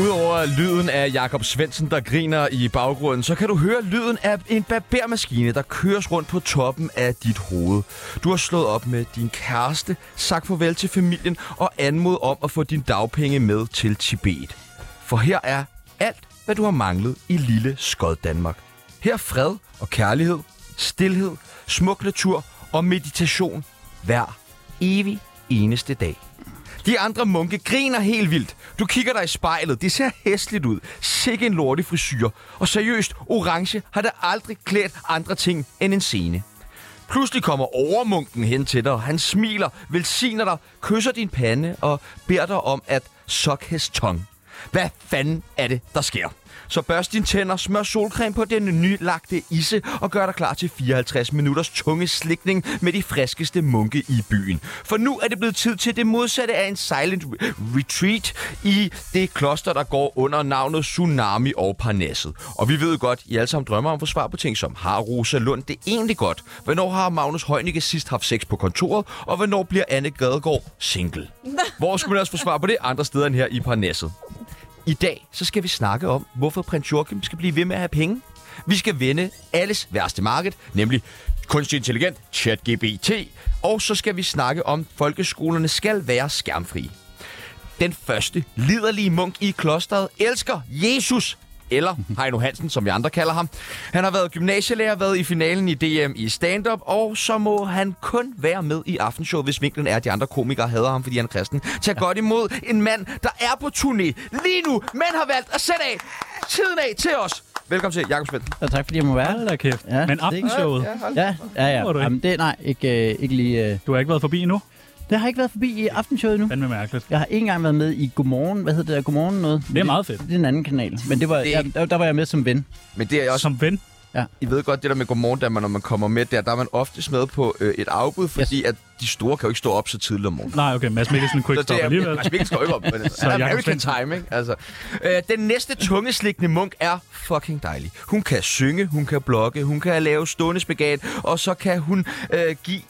Udover lyden af Jakob Svendsen, der griner i baggrunden, så kan du høre lyden af en barbermaskine, der køres rundt på toppen af dit hoved. Du har slået op med din kæreste, sagt farvel til familien og anmodet om at få din dagpenge med til Tibet. For her er alt, hvad du har manglet i lille Skod Danmark. Her er fred og kærlighed, stilhed, smuk natur og meditation hver evig eneste dag. De andre munke griner helt vildt. Du kigger dig i spejlet. Det ser hæsligt ud. Sikke en lortig frisyr. Og seriøst, orange har der aldrig klædt andre ting end en scene. Pludselig kommer overmunken hen til dig. Han smiler, velsigner dig, kysser din pande og beder dig om at suck his tongue. Hvad fanden er det, der sker? Så børst dine tænder, smør solcreme på den nylagte isse og gør dig klar til 54 minutters tunge slikning med de friskeste munke i byen. For nu er det blevet tid til det modsatte af en silent retreat i det kloster, der går under navnet Tsunami og Parnasset. Og vi ved godt, I alle sammen drømmer om at få svar på ting som: har Rosa Lund det egentlig godt? Hvornår har Magnus Heunicke sidst haft sex på kontoret? Og hvornår bliver Anne Gadegaard single? Hvor skulle man også få svar på det andre steder end her i Parnasset? I dag så skal vi snakke om, hvorfor prins Joachim skal blive ved med at have penge. Vi skal vende alles værste marked, nemlig kunstig intelligent, ChatGPT. Og så skal vi snakke om, folkeskolerne skal være skærmfri. Den første liderlige munk i klosteret elsker Jesus, eller Heino Hansen, som vi andre kalder ham. Han har været gymnasielærer, været i finalen i DM i stand-up, og så må han kun være med i aftenshowet, hvis vinklen er, at de andre komikere hader ham, fordi han er kristen. Tag godt imod en mand, der er på turné lige nu, men har valgt at sætte tiden af til os. Velkommen til, Jakob Svendsen. Ja, tak fordi jeg må være. Hold da kæft. Ja, men aftenshowet? Ja. Jamen, det, nej, ikke lige... Du har ikke været forbi endnu? Det har ikke været forbi i aftenshowet nu. Den er mærkeligt. Jeg har ikke engang været med i Godmorgen. Hvad hedder det? Godmorgen noget? Det er meget fedt. Det er en anden kanal. Men det var, der var jeg med som ven. Men det er også... Som ven? Ja. I ved godt, det der med Godmorgen, når man kommer med der er man oftest med på et afbud, fordi at de store kan jo ikke stå op så tidligt om morgenen. Nej, okay. Mads Mikkelsen kunne ikke stoppe alligevel. Mads Mikkelsen skal jo ikke op. Så American time, ikke? Altså, den næste tungeslikkende munk er fucking dejlig. Hun kan synge, hun kan blogge, hun kan lave stående spagat, og så kan hun give...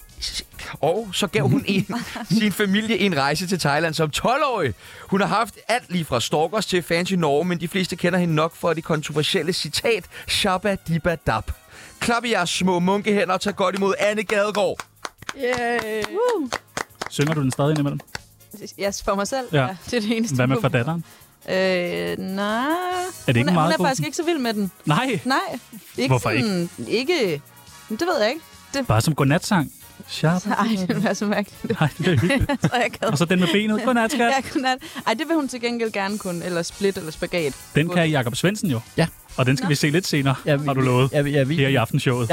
Og så gav hun sin familie en rejse til Thailand som 12-årig. Hun har haft alt lige fra stalkers til fans i Norge, men de fleste kender hende nok for det kontroversielle citat Shabba Dibba Dab. Klap i jeres små munkehænder og tag godt imod Anne Gadegaard. Yay! Synger du den stadig indimellem? Ja, for mig selv. Ja. Det er det eneste. Hvad med for datteren? Nej. Er det ikke meget hun er faktisk ikke så vild med den. Nej. Ikke Hvorfor sådan, ikke? Det ved jeg ikke. Bare som godnatsang. Nej, det er så mærkeligt. Nej, det er hyggeligt. Og så den med benet. Godnat, skat. Ja, godnat. Ej, det vil hun til gengæld gerne kunne. Eller split eller spagat. Den kan Jakob Svendsen jo. Ja. Og den skal vi se lidt senere, har du lovet. Her i aftenshowet. Ja.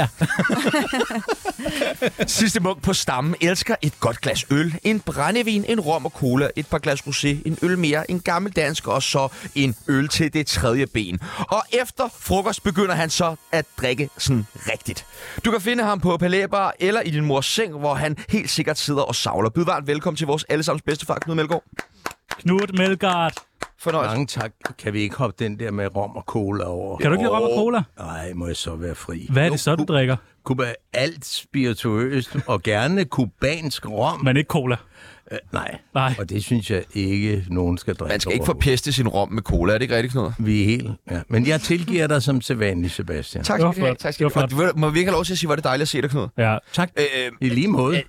Sidste munk på stammen elsker et godt glas øl, en brændevin, en rom og cola, et par glas rosé, en øl mere, en gammel dansk og så en øl til det tredje ben. Og efter frokost begynder han så at drikke sådan rigtigt. Du kan finde ham på Palæbar eller i din mors seng, hvor han helt sikkert sidder og savler. Byd varmt velkommen til vores allesammens bedstefar, Knud Melgaard. Knud Melgaard. Fornøjelse. Mange tak. Kan vi ikke hoppe den der med rom og cola over? Kan du ikke lide rom og cola? Nej, må jeg så være fri. Hvad er det så, du drikker? Cuba, alt spirituøst og gerne kubansk rom. Men ikke cola? Nej, og det synes jeg ikke, nogen skal drikke. Man skal ikke forpeste sin rom med cola, er det ikke rigtigt, Knud? Vi er helt, ja. Men jeg tilgiver dig som sædvanlig, Sebastian. Tak skal du have. Tak skal du have. Må vi ikke have lov til at sige, hvor det er dejligt at se dig, Knud? Ja. Tak. I lige måde.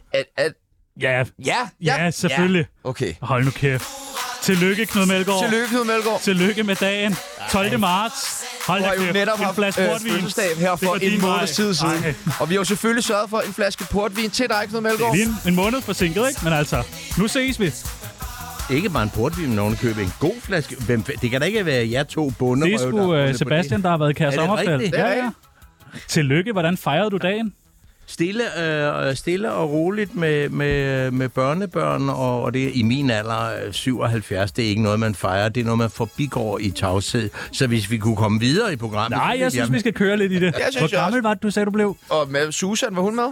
Ja, selvfølgelig. Okay. Hold nu kæft. Tillykke, Knud Melgaard. Tillykke, Knud Melgaard. Tillykke med dagen. 12. marts. Hold da kæft. Netop en flaske portvin. Fødselsdag her for en måneds tid siden. Og vi har jo selvfølgelig sørget for en flaske portvin til dig, Knud Melgaard. Det er lige en måned forsinket, ikke? Men altså, nu ses vi. Ikke bare en portvin, men ovenikøbet en god flaske. Det kan da ikke være jer to bunder. Det er sgu Sebastian, der har været i Kære Sommerfeld. Ja. Tillykke. Hvordan fejrede du dagen? Stille og roligt med børnebørn, og det er i min alder 77. Det er ikke noget, man fejrer. Det er noget, man forbigår i tavshed. Så hvis vi kunne komme videre i programmet... Nej, jeg synes, vi skal køre lidt i det. Hvor gammel var det, du sagde, du blev? Og med Susan, var hun med?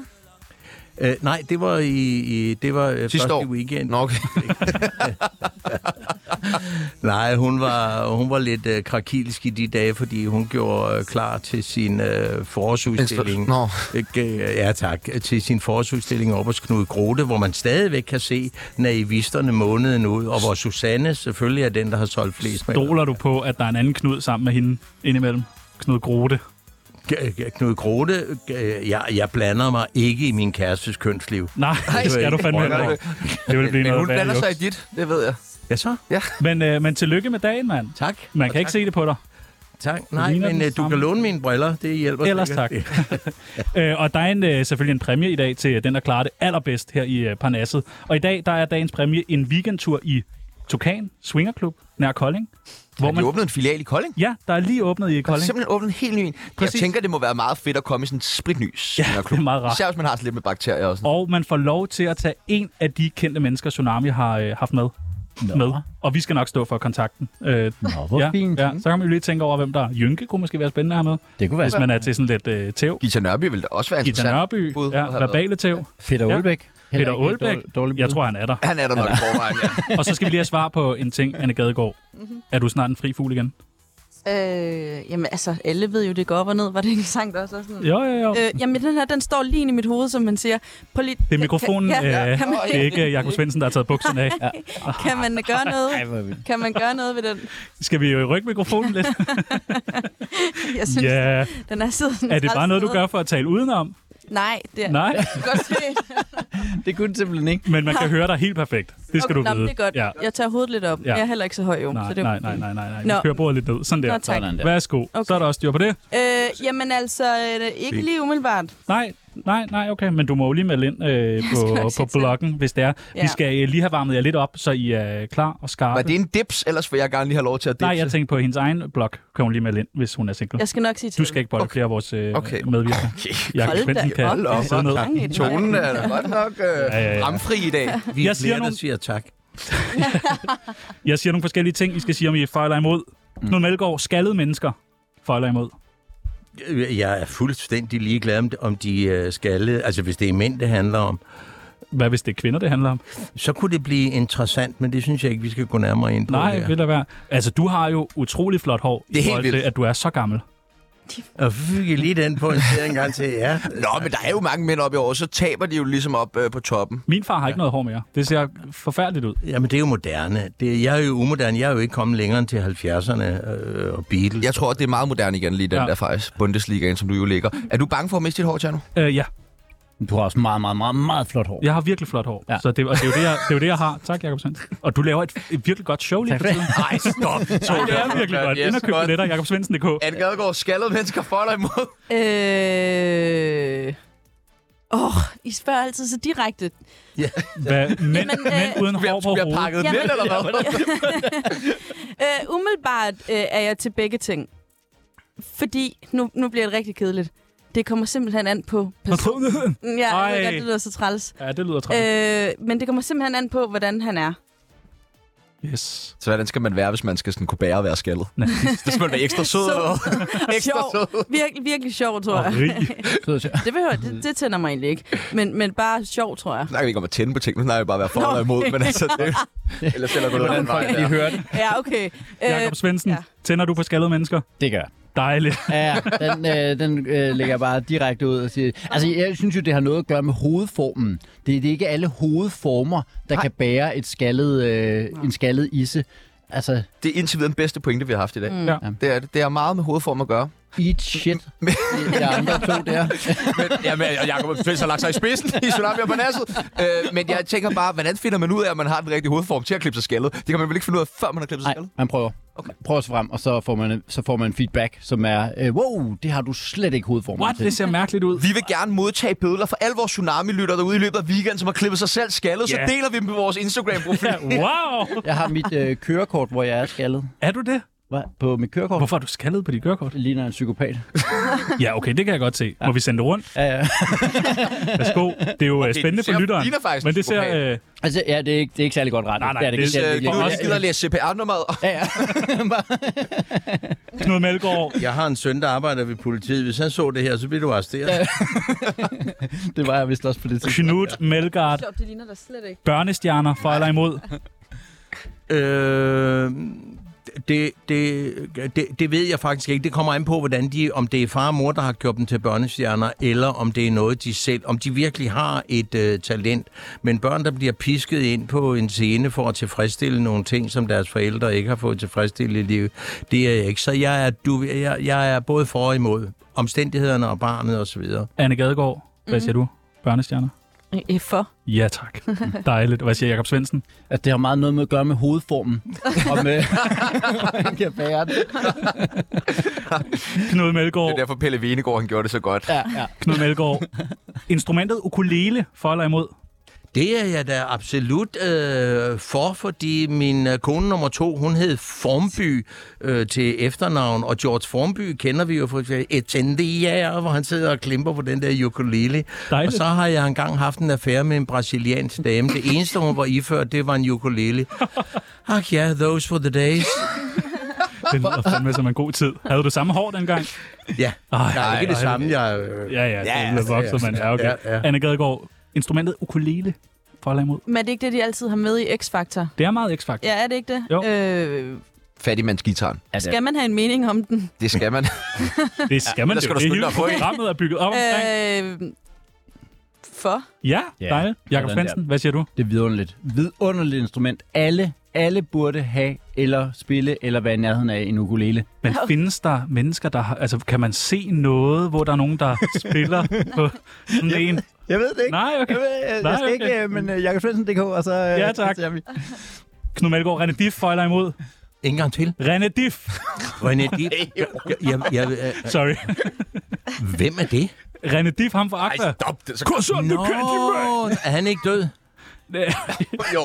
Nej, det var sidste første år. weekend. Nå, okay. Nej, hun var lidt krakilsk i de dage, fordi hun gjorde klar til sin forårsudstilling. Ja, tak. Til sin forårsudstilling op hos Knud Grote, hvor man stadigvæk kan se naivisterne måneden ud, og hvor Susanne selvfølgelig er den, der har solgt flest med. Stoler du på, at der er en anden Knud sammen med hende indimellem? Knud Grote? Knud Grote, jeg blander mig ikke i min kærestes kønsliv. Nej, det skal du fandme ikke. Det vil blive men noget hun blander sig i dit, det ved jeg. Ja, så? Ja. Men tillykke med dagen, mand. Tak. Man kan ikke se det på dig. Tak. Nej, men du kan låne mine briller. Det hjælper. Ellers tak. Og der er selvfølgelig en præmie i dag til den, der klarer det allerbedst her i Parnasset. Og i dag, der er dagens præmie en weekendtur i Tukan Swingerklub nær Kolding. Hvor man åbnet en filial i Kolding? Ja, der er lige åbnet i Kolding. Der er simpelthen åbnet en helt ny en. Jeg tænker, det må være meget fedt at komme i sådan en spritny swingerklub. Ja, det er meget rart. Især hvis man har så lidt med bakterier og sådan. Og man får lov til at tage en af de kendte mennesker, Tsunami har haft med. Og vi skal nok stå for kontakten. Hvor fint. Ja, så kan man jo lige tænke over, hvem der er. Jynke kunne måske være spændende her med. Det kunne være. Hvis man er til sådan lidt tæv. Gita Nørby vil da også være interessant. Gita Nørby, verbale tæv. Peter Aalbæk. Peter Aalbæk. Jeg tror, han er der. Han er der nok i forvejen, ja. Og så skal vi lige have svar på en ting, Anne Gadegaard. Er du snart en fri fugl igen? Jamen altså, alle ved jo, det går op og ned. Var det ikke sang der også? Sådan? Jo. Jamen, den her, den står lige inde i mit hoved, som man siger. Det er mikrofonen. Det er ikke Jakob Svendsen, der har taget bukserne af. Kan man gøre noget? Kan man gøre noget ved den? Skal vi jo rykke mikrofonen lidt? Jeg synes, den er sådan. Er det bare noget, du gør for at tale udenom? Nej, det er godt se. Det kunne det simpelthen ikke. Men man kan høre dig helt perfekt. Det skal du vide. Det er godt. Ja. Jeg tager hovedet lidt op. Jeg er heller ikke så høj, jo. Nej, så det nej. Vi kører bordet lidt ned. Sådan der. Tak. Værsgo. Okay. Så er der også styr på det. Jamen altså, ikke lige umiddelbart. Nej, okay. Men du må jo lige melde ind på bloggen, hvis det er. Ja. Vi skal lige have varmet jer lidt op, så I er klar og skarpe. Var det en dips, ellers vil jeg gerne lige have lov til at dipse? Nej, jeg tænkte på hendes egen blog. Kan hun lige melde ind, hvis hun er single. Jeg skal nok sige til. Du skal ikke bolle flere af vores medvirkere. Hold da. Tonen er godt nok ramfri i dag. Vi siger tak. Jeg siger nogle forskellige ting, I skal sige, om I er for eller imod. Knud Melgaard, skaldede mennesker. For eller imod? Jeg er fuldstændig ligeglad om de er skaldede. Altså, hvis det er mænd, det handler om. Hvad hvis det er kvinder, det handler om? Så kunne det blive interessant, men det synes jeg ikke, vi skal gå nærmere ind på. Nej, vil det være. Altså, du har jo utrolig flot hår. Det er helt vildt. At du er så gammel. Og fik jeg lige den på en gang til, ja. Nå, men der er jo mange mænd op i år, så taber de jo ligesom op på toppen. Min far har ikke noget hår mere. Det ser forfærdeligt ud. Jamen, det er jo moderne. Jeg er jo umoderne. Jeg er jo ikke kommet længere end til 70'erne og Beatles. Jeg tror, det er meget moderne igen, lige den der faktisk. Bundesligaen, som du jo ligger. Er du bange for at miste dit hår, Tjerno? Ja. Du har også meget flot hår. Jeg har virkelig flot hår. Ja. Så det er jo det, jeg har. Tak, Jakob Svendsen. Og du laver et virkelig godt show lige for tiden. Nej, stop. Det er virkelig godt. Ind og køb billetter, jakobsvendsen.dk. Anne Gadegaard, skaldede mennesker for eller imod? I spørger altid så direkte. Ja. Mænd uden hår på hovedet. Vi har pakket lidt, eller hvad? Umiddelbart er jeg til begge ting. Fordi, nu bliver det rigtig kedeligt. Det kommer simpelthen an på personen. Ja, jeg ved godt, det lyder så træls. Ja, det lyder træls. Men det kommer simpelthen an på, hvordan han er. Yes. Så hvordan skal man være, hvis man skal sådan kunne bære at være skaldet? Det skal man være ekstra sød eller ekstra sød. Virkelig sjov, tror jeg. Det tænder mig egentlig ikke. Men bare sjov, tror jeg. Nu snakker vi ikke om at tænde på ting. Nu snakker vi bare at være for eller imod. Men altså, det eller selv at gå den vej. De hører det. Ja, okay. Jakob Svendsen, tænder du på skaldede mennesker? Det gør. Dejligt. Ja, den lægger jeg bare direkte ud og siger. Altså, jeg synes jo, det har noget at gøre med hovedformen. Det er ikke alle hovedformer, der kan bære en skaldet isse. Altså, det er indtil videre den bedste pointe, vi har haft i dag. Ja. Det er det. Det har meget med hovedform at gøre. Eat shit. De andre to der. Men Jakob Svendsen har lagt sig i spidsen i Tsunami og Parnasset. Men jeg tænker bare, hvordan finder man ud af, at man har den rigtige hovedform til at klippe sig skaldet? Det kan man vel ikke finde ud af, før man har klippet sig skaldet? Nej, man prøver. Okay. Prøver sig frem, og så får man feedback, som er, wow, det har du slet ikke hovedformen til. Det ser mærkeligt ud. Vi vil gerne modtage billeder fra alle vores Tsunami-lytter derude i løbet af weekenden, som har klippet sig selv skaldet, så deler vi dem på vores Instagram-profil. Wow! Jeg har mit kørekort, hvor jeg er skaldet. Er du det? Hvad? På mit kørekort. Hvorfor er du skaldet på dit kørekort? Det ligner en psykopat. Ja, okay, det kan jeg godt se. Må vi sende det rundt? Ja. Værsgo. Det er jo spændende for lytteren. Men det ser... Altså, ja, det er ikke særlig godt ret. Nej, det er også gider at læse CPR-nummeret. Ja. Knud Melgaard. Jeg har en søn, der arbejder ved politiet. Hvis han så det her, så bliver du arresteret. Det var jeg vist også på det tidspunkt. Knud Melgaard. Det ligner der slet ikke. Børnestjerner, for eller imod? Det ved jeg faktisk ikke. Det kommer an på, om det er far og mor, der har gjort dem til børnestjerner, eller om det er noget, de selv... Om de virkelig har et talent. Men børn, der bliver pisket ind på en scene for at tilfredsstille nogle ting, som deres forældre ikke har fået tilfredsstillet i livet, det er jeg ikke. Så jeg er både for og imod omstændighederne og barnet osv. Anne Gadegaard, hvad siger du? Børnestjerner? For. Ja, tak. Dejligt. Hvad siger Jakob Svendsen? At det har meget noget med at gøre med hovedformen. Og med, hvordan kan bære det. Knud Melgaard. Det er derfor Pelle Venegård, han gjorde det så godt. Ja. Knud Melgaard. Instrumentet ukulele, for eller imod? Det er jeg da absolut for, fordi min kone nummer 2, hun hed Formby til efternavn, og George Formby kender vi jo fra Etendia, hvor han sidder og klimper på den der ukulele. Dejligt. Og så har jeg engang haft en affære med en brasiliansk dame. Det eneste, hun var iført, det var en ukulele. Ach ja, those were the days. Det lyder fandme som en god tid. Havde du samme hår dengang? Ja, nej, ikke det samme. Jeg, Ja, det er lidt vokset, men ja, okay. Ja. Anne Gadegaard, instrumentet ukulele, for eller imod? Men er det ikke det, de altid har med i X-Factor? Det er meget X-Factor. Ja, er det ikke det? Jo. Fattigmandsgitaren. Skal man have en mening om den? Det skal man. Det skal man. Der skal du det skynde dig på, ikke? Programmet er bygget op omkring. For? Ja, Ja, dejligt. Jakob sådan Svendsen, hvad siger du? Det er vidunderligt instrument. Alle burde have, eller spille, eller være i nærheden af en ukulele. Men findes der mennesker, der har... Altså, kan man se noget, hvor der er nogen, der spiller på sådan en? Jeg ved det ikke. Nej, okay. Jeg skal ikke, men Jakob Svendsen.dk, og så... Ja, tak. ser vi. Knud Melgaard, René Diff, for eller imod? en gang til. René Diff. René Diff. Sorry. Hvem er det? René Diff, ham fra Aqua. Stop det. Nå, er han ikke død? Jo.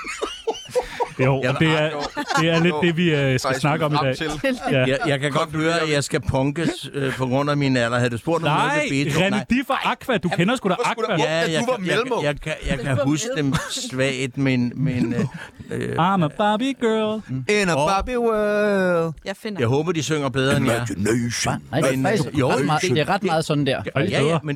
Jo, og det er lidt det, vi skal snakke om i dag. Ja. Jeg kan godt høre, at jeg skal punkes på grund af min alder. Havde du spurgt om noget Nej, ved Beethoven? René Diff og Aqua. Du kender sgu da Aqua. Ja, Du var mellemrum. jeg kan huske dem svagt, men I'm a Barbie girl. In a Barbie world. Jeg finder. jeg håber, de synger bedre end jeg. Nej, det er faktisk det er ret meget sådan der. Ja, men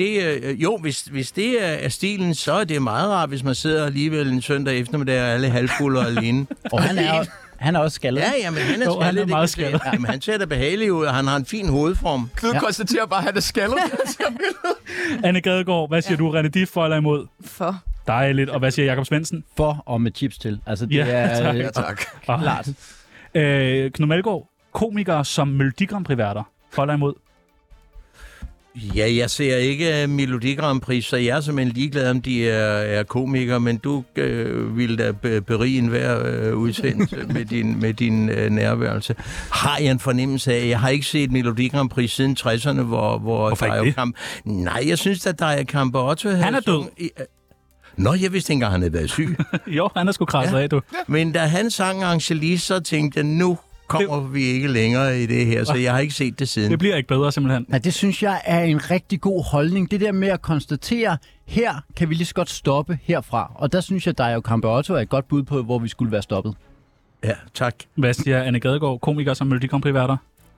hvis det er stilen, så er det meget rart, hvis man sidder alligevel en søndag eftermiddag og alle halvfulde og alene. Og han er også skaldet. Ja, men han er Jo, han er skaldet. meget skaldet. Jamen, han ser da behagelig ud, og han har en fin hovedform. Knud konstaterer bare, at han er skaldet. Anne Gadegaard, hvad siger du? René Diff, for eller imod? For. Dejligt. Og hvad siger Jakob Svendsen? For og med chips til. Altså, det Ja, er tak. Tak. klart. Knud Melgaard, komikere som Melodi Grand Prix-værter. For eller imod? Ja, jeg ser ikke Melodi Grand Prix, så jeg er simpelthen ligeglad, om de er komikere, men du vil da berige enhver udsendelse med din nærværelse. Har jeg en fornemmelse af, jeg har ikke set Melodi Grand Prix siden 60'erne, hvor der er jo kamp. Nej, jeg synes, at der er Camper Otto. Han er død. Nå, jeg vidste ikke engang, han havde været syg. Jo, han er sgu krasset af, du. Men da han sang Angelis, så tænkte jeg, nu kommer vi ikke længere i det her, så jeg har ikke set det siden. Det bliver ikke bedre, simpelthen. Ja, det synes jeg er en rigtig god holdning. Det der med at konstatere, her kan vi lige så godt stoppe herfra. Og der synes jeg, der er jo Camper Otto er et godt bud på, hvor vi skulle være stoppet. Ja, tak. Hvad siger Anne Gadegaard, komikere som Melodi Grand Prix-værter?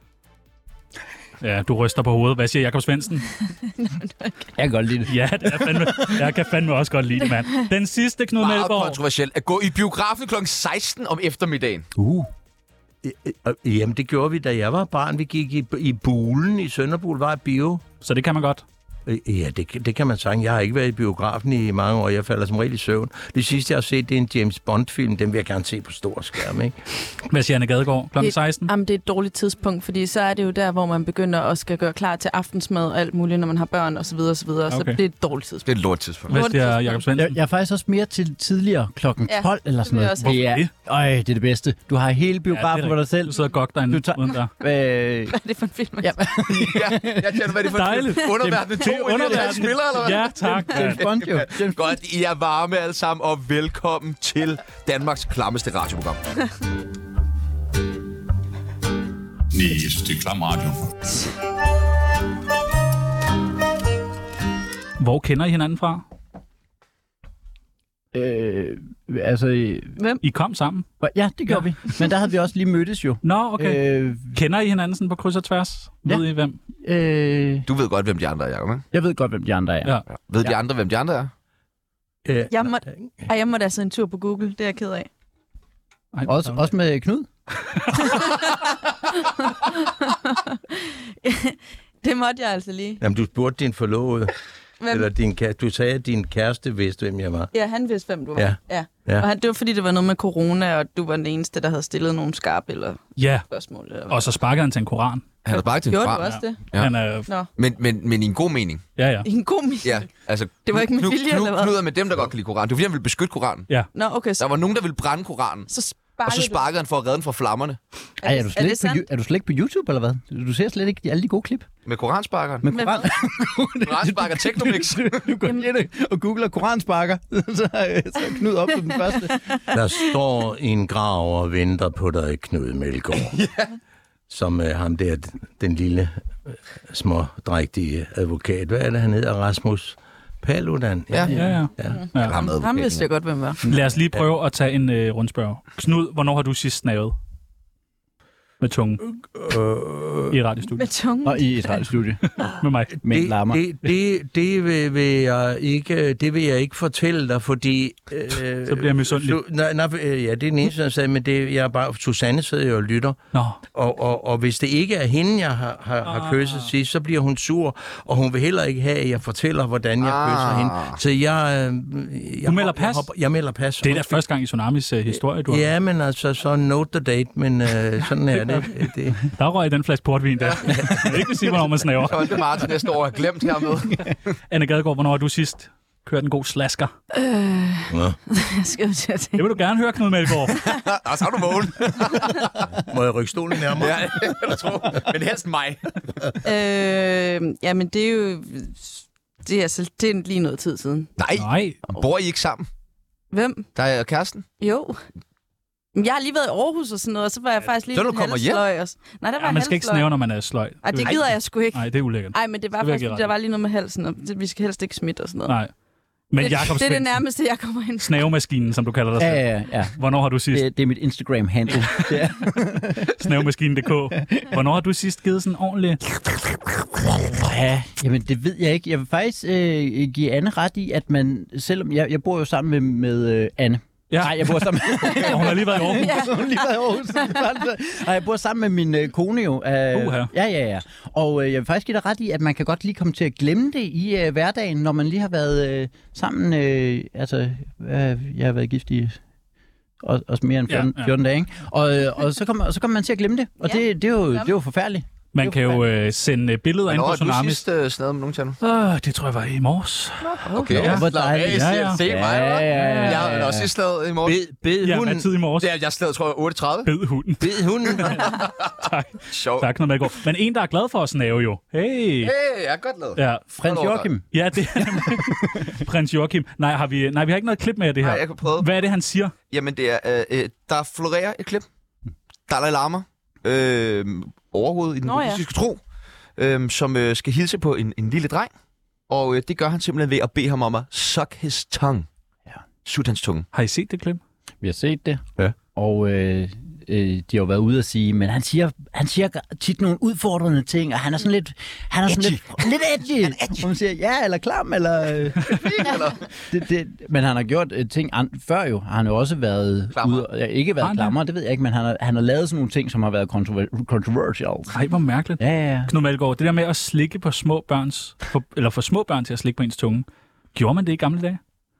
Ja, du ryster på hovedet. Hvad siger Jakob Svendsen? Jeg kan godt lide det. Ja, det er fandme, jeg kan fandme også godt lide det, mand. Den sidste, Knud Meget Melgaard. kontroversielt. At gå i biografen kl. 16 om eftermiddagen. Jamen, det gjorde vi, da jeg var barn. Vi gik i Bulen i Sønderbol, var et bio. Så det kan man godt. Ja, det kan man sige. Jeg har ikke været i biografen i mange år. Jeg falder som regel i søvn. Det sidste, jeg har set, det er en James Bond-film. Den vil jeg gerne se på stor skærm, ikke? Hvad siger Anne Gadegaard? Kl. 16? Jamen, det er et dårligt tidspunkt, fordi så er det jo der, hvor man begynder at skal gøre klar til aftensmad og alt muligt, når man har børn og så videre, og så videre. Okay. Så det er et dårligt tidspunkt. Det er et lort tidspunkt. Hvad siger Jakob Svendsen? Jeg er faktisk også mere til tidligere klokken 12 eller sådan det vil jeg noget. også Det er det bedste. Du har hele biografen for dig selv. Du sidder og gok derinde uden der. Hvad er det for en film? Ja. Ja, jeg kender, hvad det er for Dejligt. Underverdenen 2. Underverdenen. Spiller, eller hvad? Ja, tak. James Bond jo. Godt, I er varme alle sammen, og velkommen til Danmarks klammeste radioprogram. Nej, jeg synes, det er klam radio. Hvor kender I hinanden fra? Hvem? I kom sammen? Ja, det gjorde vi. Men der havde vi også lige mødtes jo. Nå, okay. Kender I hinanden sådan på kryds og tværs? Ja. Ved I hvem? Du ved godt, hvem de andre er, Jacob, ikke? Jeg ved godt, hvem de andre er. Ja. Ja. Ved de andre, hvem de andre er? Jeg måtte altså en tur på Google. Det er jeg ked af. Ej, Også med Knud? Det måtte jeg altså lige. Jamen, du spurgte din forlovede. Hvem? Eller du sagde, at din kæreste vidste, hvem jeg var. Ja, han vidste, hvem du var. Ja. Ja. Og det var, fordi det var noget med corona, og du var den eneste, der havde stillet nogle skarpe eller Ja, spørgsmål. Eller og så sparkede han til en koran. Han er bare til en gjorde du koran. også det? Ja. Han er... Nå, Men i en god mening. Ja. i en god mission. Ja, altså, Det var ikke med vilje, eller hvad? Knud er med dem, der godt kan lide Koranen. Det var fordi, han ville beskytte Koranen. Nå, okay. Der Så, var nogen, der ville brænde Koranen. Og så sparkede han for at redde den fra flammerne. Ej, er du slet ikke på YouTube, eller hvad? Du ser slet ikke alle de gode klip. Med koransparkeren. Med Med koran... Koransparker Technomix. Du går ind og googler koransparker, så er Knud op som den første. Der står en grav og venter på dig, Knud Melgaard. Ja. Som ham der, den lille, smådrægtige advokat. Hvad er det, han hedder? Rasmus Paludan? Ja. ham vidste jeg godt, hvem var. Lad os lige prøve at tage en rundspørg. Knud, hvornår har du sidst snavet? Med tungen. I radiostudiet. Med tungen. Og i et radiostudie. Med mig. Med larmer. Det vil jeg ikke fortælle dig, fordi... Så bliver jeg misundelig. Ja, det er den eneste, jeg sagde, men jeg er bare... Susanne sidder jo og lytter. Nå. Og hvis det ikke er hende, jeg har kysset sidst, så bliver hun sur, og hun vil heller ikke have, at jeg fortæller, hvordan jeg kysser hende. Så jeg Du melder pas? Jeg melder pas. Det er da første gang i Tsunamis historie, du har. Ja, men altså, så note the date, men sådan er det. Der røg den flaske portvin der. Jeg vil ikke sige, hvornår man snaver. Så er det meget til næste år, jeg har glemt hermed. Anne Gadegaard, hvornår har du sidst kørt en god slasker? Jeg skal jo til at Det tænke. vil du gerne høre, Knud Melgaard. Og så er du vågen. Må jeg rykke stolen nærmere? Ja, jeg tror. Men helst mig. Jamen, det er jo... Det er lige noget tid siden. Nej. Bor I ikke sammen? Hvem? Der er kæresten. Jo. Jeg har lige været i Aarhus og sådan noget, og så var jeg faktisk lige Så du kommer hjem? Nej, der var Ja, man skal ikke snæve, når man er sløj. Ej, det gider jeg sgu ikke. Nej, det er ulækkert. Nej, men det var Det vil jeg faktisk, give fordi der var lige noget med halsen, og vi skal helst ikke smitte og sådan noget. Nej. Men Jakob det er det Svendsen, nærmeste, jeg kommer ind. snævemaskinen, som du kalder dig selv. Ja. Hvornår har du sidst? Det er mit Instagram-handle. Det er. Snævemaskinen.dk. Hvornår har du sidst givet sådan ordentligt? Ja, jamen det ved jeg ikke. Jeg vil faktisk give Anne ret i, at man, selvom jeg bor jo sammen med Anne. Ja. Nej, jeg bor sammen med... Hun har lige været i Aarhus. Hun har lige været i Aarhus. Nej, jeg bor sammen med min kone jo. Ja. Og jeg vil faktisk give dig ret i, at man kan godt lige komme til at glemme det i hverdagen, når man lige har været sammen. Jeg har været gift i også mere end 14 dage, ikke? Og så kommer man til at glemme det. Og Ja. det er jo forfærdeligt. Man kan jo sende billeder ind på Hvornår har du Tsunamis. sidst snadet med nogen, Tjerno? Det tror jeg var i morges. Okay, Ja, hvor dejligt. Se mig, Ja. Jeg har også sidst slaget i morgen. Bed Ja, hunden. hvad tid i morges? Ja, jeg slaget, tror jeg, 8.30. Bed hunden. Bed hunden. Tak. Sjovt. Tak, Knud Melgaard. Men en, der er glad for at snave jo. Hey. Hey, jeg er godt lavet. Ja. Prins Joachim. Ja, det er prins Joachim. Nej, vi har ikke noget klip med af det her. Nej, jeg kan prøve. Hvad er det, han siger? Jamen, det er, der florerer et klip. Dalai Lama, overhovedet i den buddhistiske tro, som skal hilse på en lille dreng. Og det gør han simpelthen ved at bede ham om at suck his tongue. Ja. Sut hans tunge. Har I set det klip? Vi har set det. Ja. Og de har jo været ude at sige, men han siger tit nogle udfordrende ting, og han er sådan lidt edgy. Og man siger, ja, eller klam, eller... Men han har gjort ting før jo. Han har jo også været ude, ikke været klammer, det ved jeg ikke, men han har lavet sådan nogle ting, som har været controversial. Ej, hvor mærkeligt. Ja. Knud Melgaard, det der med at slikke på små børns... eller få små børn til at slikke på ens tunge. Gjorde man det i gamle dage?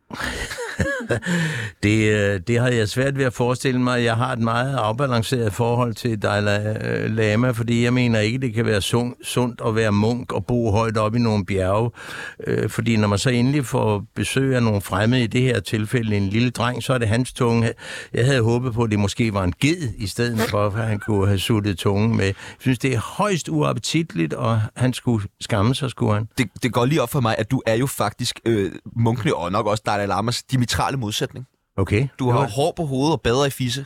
Det har jeg svært ved at forestille mig. Jeg har et meget afbalanceret forhold til Dalai Lama, fordi jeg mener ikke, det kan være sundt at være munk og bo højt oppe i nogle bjerge. Fordi når man så endelig får besøg af nogle fremmede, i det her tilfælde en lille dreng, så er det hans tunge. Jeg havde håbet på, at det måske var en ged, i stedet for, at han kunne have suttet tungen med. Jeg synes, det er højst uappetitligt, og han skulle skamme sig, skulle han. Det går lige op for mig, at du er jo faktisk munkene, og nok også Dalai Lamas diametrale modsætning. Okay. Du har hår på hovedet og bader i fisse.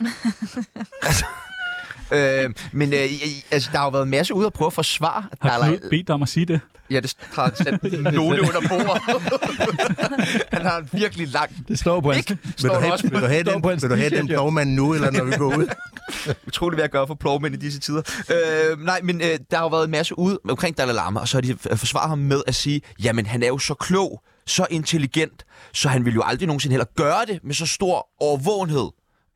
Men der har jo været en masse ude at prøve at forsvare. Har Knud bedt dig om at sige det? Ja, det har sat note under bordet. Han har en virkelig lang... Det står på Ikke? Vil du have den plovmand nu, eller når vi går ud? Utroligt, hvad jeg gør for plovmænd i disse tider. Nej, men der har jo været en masse ude omkring Dalai Lama, og så har de forsvaret ham med at sige, jamen han er jo så klog, så intelligent, så han vil jo aldrig nogensinde heller gøre det med så stor overvågenhed.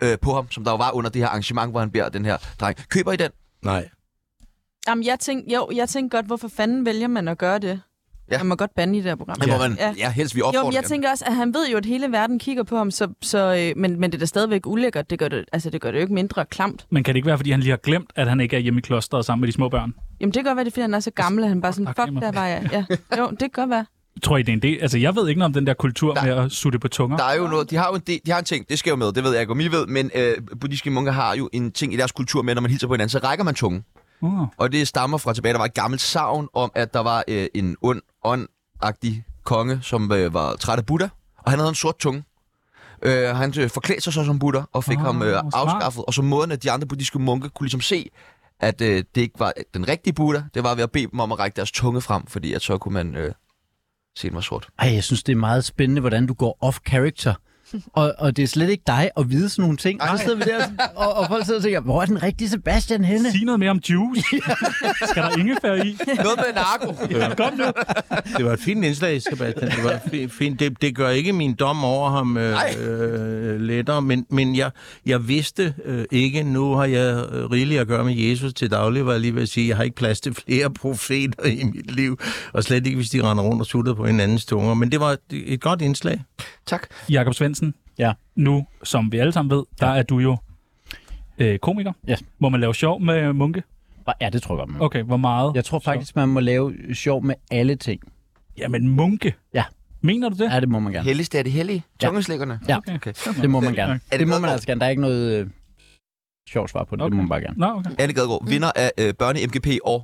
på ham, som der jo var under det her arrangement, hvor han beder den her dreng. Køber I den? Nej. Jamen, jeg tænkte godt, hvorfor fanden vælger man at gøre det? Ja. Man må godt bande i det her program. Men må man, helst vi opfordrer. Jo, men jeg tænker også, at han ved jo, at hele verden kigger på ham, men det er da stadigvæk ulækkert. Det gør det jo ikke mindre klamt. Men kan det ikke være, fordi han lige har glemt, at han ikke er hjemme i klosteret sammen med de små børn? Jamen, det kan godt være, det er, fordi han er så gammel, at han bare sådan, fuck, der var jeg. Ja. Jo, det kan godt være. Tror I, det er en del? Altså, jeg ved ikke noget om den der kultur med at sutte på tunger. Der er jo noget, de har en ting, det skal jo med, det ved jeg ikke, om I ved, men buddhistiske munker har jo en ting i deres kultur med, når man hilser på hinanden, så rækker man tungen. Og det stammer fra tilbage, der var et gammelt sagn om, at der var en åndagtig konge, som var træt af Buddha, og han havde en sort tunge. Han forklædte sig så som Buddha, og fik ham afskaffet, og så måden, at de andre buddhistiske munke kunne ligesom se, at det ikke var den rigtige Buddha, det var ved at bede dem om at række deres tunge frem, fordi at så kunne man se, den var sort. Ej, jeg synes, det er meget spændende, hvordan du går off-character. Og det er slet ikke dig at vide sådan nogle ting. Så sidder vi der, og folk sidder og tænker, hvor er den rigtige Sebastian henne? Sig noget mere om juice. Skal der ingefær i? Noget med narko. Kom nu. Det var et fint indslag, Sebastian. Det var fint. Det gør ikke min dom over ham lettere, men jeg vidste ikke, nu har jeg rigeligt at gøre med Jesus til daglig, var jeg lige ved at sige, jeg har ikke plads til flere profeter i mit liv, og slet ikke, hvis de render rundt og sutter på hinandens tunger. Men det var et godt indslag. Tak. Jakob Svendsen. Ja. Nu, som vi alle sammen ved, der er du jo komiker. Ja. Må man lave sjov med munke? Ja, det tror jeg godt, man. Okay, hvor meget? Jeg tror faktisk, man må lave sjov med alle ting. Jamen, munke? Ja. Mener du det? Ja, det må man gerne. Helligste er det hellige? Tungeslikkerne? Ja, Okay. det må man gerne. det Det må godt, man altså gerne. Der er ikke noget sjovt svar på det. Okay. Det må man bare gerne. Nå, okay. Anne Gadegaard, vinder af børne-MGP år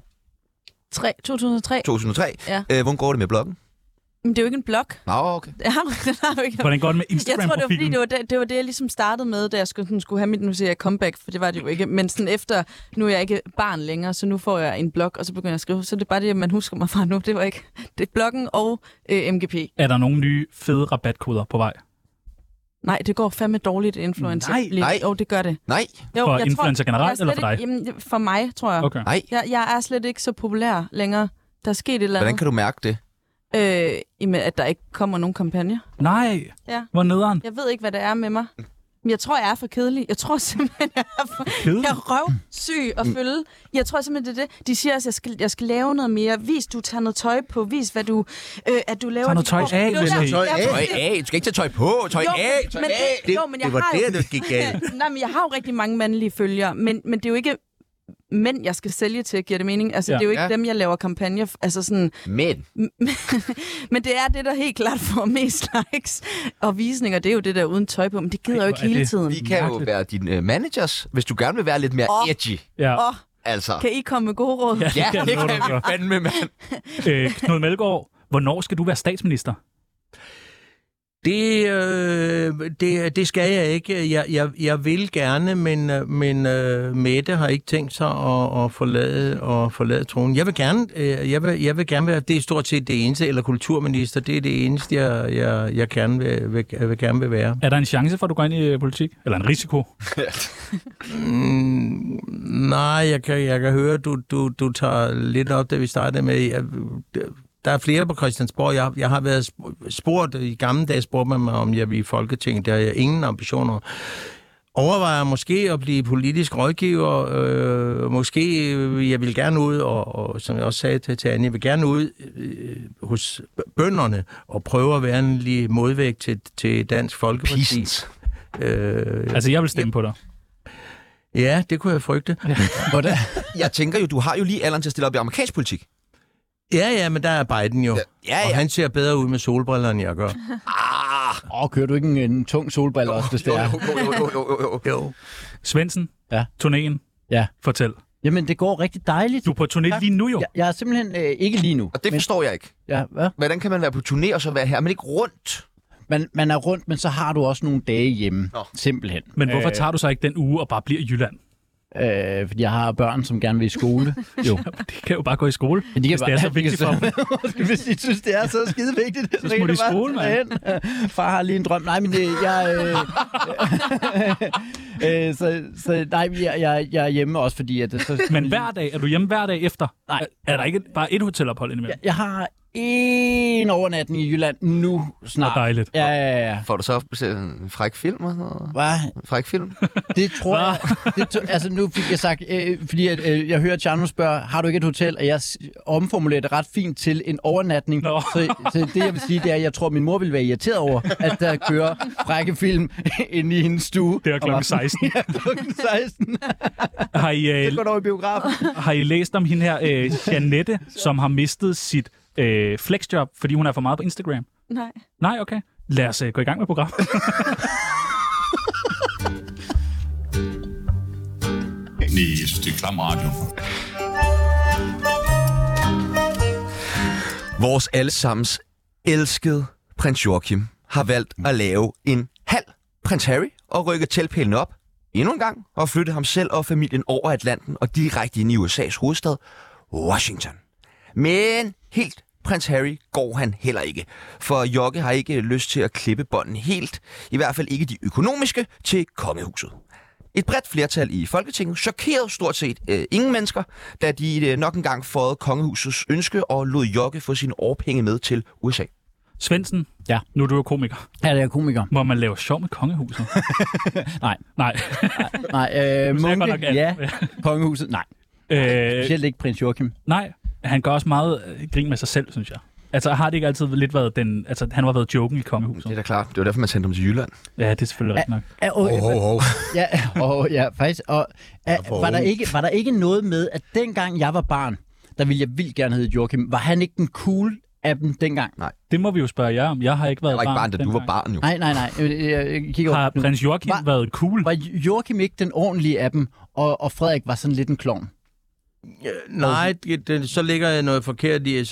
2003. 2003. Ja. Hvordan går det med bloggen? Men det er jo ikke en blog. Nå, okay. Jeg har jo ikke. Hvordan går det med Jeg tror, det var fordi, Instagram-profilen? det var det, jeg ligesom startede med, da jeg skulle have mit, nu siger jeg comeback, for det var det jo ikke. Men sådan efter, nu er jeg ikke barn længere, så nu får jeg en blog, og så begynder jeg at skrive. Så det er bare det, man husker mig fra nu. Det var ikke. Det er bloggen og MGP. Er der nogle nye fede rabatkoder på vej? Nej, det går fandme dårligt influencer. Nej. Jo, det gør det. Nej. Jo, For jeg influencer generelt, jeg er eller for slet dig? ikke- Jamen, for mig, tror jeg. Okay. Nej. Jeg er slet ikke så populær længere. Der er sket et eller Hvordan andet. kan du mærke det? At der ikke kommer nogen kampagne. Nej. Ja. Hvor nederen? Jeg ved ikke, hvad det er med mig. Men jeg tror, jeg er for kedelig. Jeg tror simpelthen, jeg er Kedelig? jeg er røvsyg at følge. Jeg tror simpelthen, det er det. De siger også, at jeg skal lave noget mere. Vis, du tager noget tøj på. Vis, hvad du, at du laver. Tag noget tøj af, Lennart. Tøj af. Du skal ikke tage tøj på. Tøj af. Tøj af. Det var det gik galt. Nej, men jeg har jo rigtig mange mandlige følgere. Men det er jo ikke mænd, jeg skal sælge til, giver det mening? Altså, Ja. det er jo ikke Ja. dem, jeg laver kampagner. Altså sådan... Men. Men det er det, der helt klart får mest likes og visninger. Det er jo det der uden tøj på. Men det gider Ej, jo ikke hvor er hele det tiden. Vi kan jo Mærkeligt. være dine managers, hvis du gerne vil være lidt mere edgy. Ja. Altså. Kan I komme med gode råd? Ja, det jeg love kan dig vi for. fandme, mand. Knud Melgaard, hvornår skal du være statsminister? Det skal jeg ikke. Jeg vil gerne, men Mette har ikke tænkt sig at forlade tronen. Jeg vil gerne være, det er stort set det eneste, eller kulturminister, det er det eneste, jeg gerne vil være. Er der en chance for, at du går ind i politik? Eller en risiko? Nej, jeg kan høre, du tager lidt op, da vi startede med... Der er flere på Christiansborg. Jeg har været spurgt, i gamle dage spurgte man mig, om jeg vil i Folketinget. Der har jeg ingen ambitioner. Overvejer måske at blive politisk rådgiver. Måske, jeg vil gerne ud, og som jeg også sagde til Anne, jeg vil gerne ud hos bønderne og prøve at være en lige modvægt til Dansk Folkeparti. Altså, jeg vil stemme på dig. Ja, det kunne jeg frygte. Jeg tænker jo, du har jo lige alderen til at stille op i amerikansk politik. Ja, men der er Biden jo. Ja. Og han ser bedre ud med solbriller, end jeg gør. Kører du ikke en tung solbrille også, hvis det er? Jo. Svendsen, Ja. turnéen, Ja. fortæl. Jamen, det går rigtig dejligt. Du er på turné lige nu jo. Jeg er simpelthen ikke lige nu. Og det forstår jeg ikke. Ja, hvad? Hvordan kan man være på turné og så være her, men ikke rundt? Man er rundt, men så har du også nogle dage hjemme. Nå. Simpelthen. Men hvorfor tager du så ikke den uge og bare bliver i Jylland? Fordi jeg har børn, som gerne vil i skole. Jo. De kan jo bare gå i skole, Men de kan hvis det er så vigtigt for dem. Hvis de synes, det er så skide vigtigt, så må de i skole, mand. Far har lige en drøm. Nej, men det, jeg er hjemme også, fordi... At det, så, Men hver dag, er du hjemme hver dag efter? Nej. Er der ikke bare et hotelophold indimellem? Jeg har en overnatning i Jylland nu snart. Hvor dejligt. Ja. Får du så en fræk film og sådan noget? Hvad? Fræk film? Det tror jeg. Altså, nu fik jeg sagt, fordi at, jeg hører Tjerno spørge, har du ikke et hotel? Og jeg omformulerer det ret fint til en overnatning. Så det, jeg vil sige, det er, at jeg tror, min mor ville være irriteret over, at der kører frække film inde i hendes stue. Det er klokken 16. Ja, klokken 16. Så går du over i biografen. Har I læst om hende her, Janette, som har mistet sit flexjob, fordi hun er for meget på Instagram? Nej. Nej, okay. Lad os gå i gang med programmet. Nej, jeg synes, det er klam radio. Vores allesammens elskede prins Joachim har valgt at lave en halv prins Harry og rykke teltpælen op endnu en gang og flytte ham selv og familien over Atlanten og direkte ind i USA's hovedstad, Washington. Men helt prins Harry går han heller ikke, for Jokke har ikke lyst til at klippe bånden helt, i hvert fald ikke de økonomiske, til kongehuset. Et bredt flertal i Folketinget chokerede stort set ingen mennesker, da de nok engang fåede kongehusets ønske og lod Jokke få sine årpenge med til USA. Svendsen, ja. Nu er du jo komiker. Ja, det er komiker. Må man lave sjov med kongehuset? Nej. Munke, ja. Kongehuset, nej. Specielt ikke prins Joachim. Nej, han gør også meget grin med sig selv, synes jeg. Altså, har det ikke altid lidt været den... Altså, han har været joken i kongehuset. Det er da klart. Det var derfor, man sendte ham til Jylland. Ja, det er selvfølgelig rigtigt nok. Ja, faktisk. Og var der ikke noget med, at dengang jeg var barn, der ville jeg vildt gerne hedde Joachim. Var han ikke den cool af dem dengang? Nej. Det må vi jo spørge jer om. Jeg har ikke været barn. Jeg var ikke barn, da du var barn jo. Nej. Jeg kigger har prins Joachim været cool? Var Joachim ikke den ordentlige af dem, og Frederik var sådan lidt en klovn? Nej, så ligger jeg noget forkert i,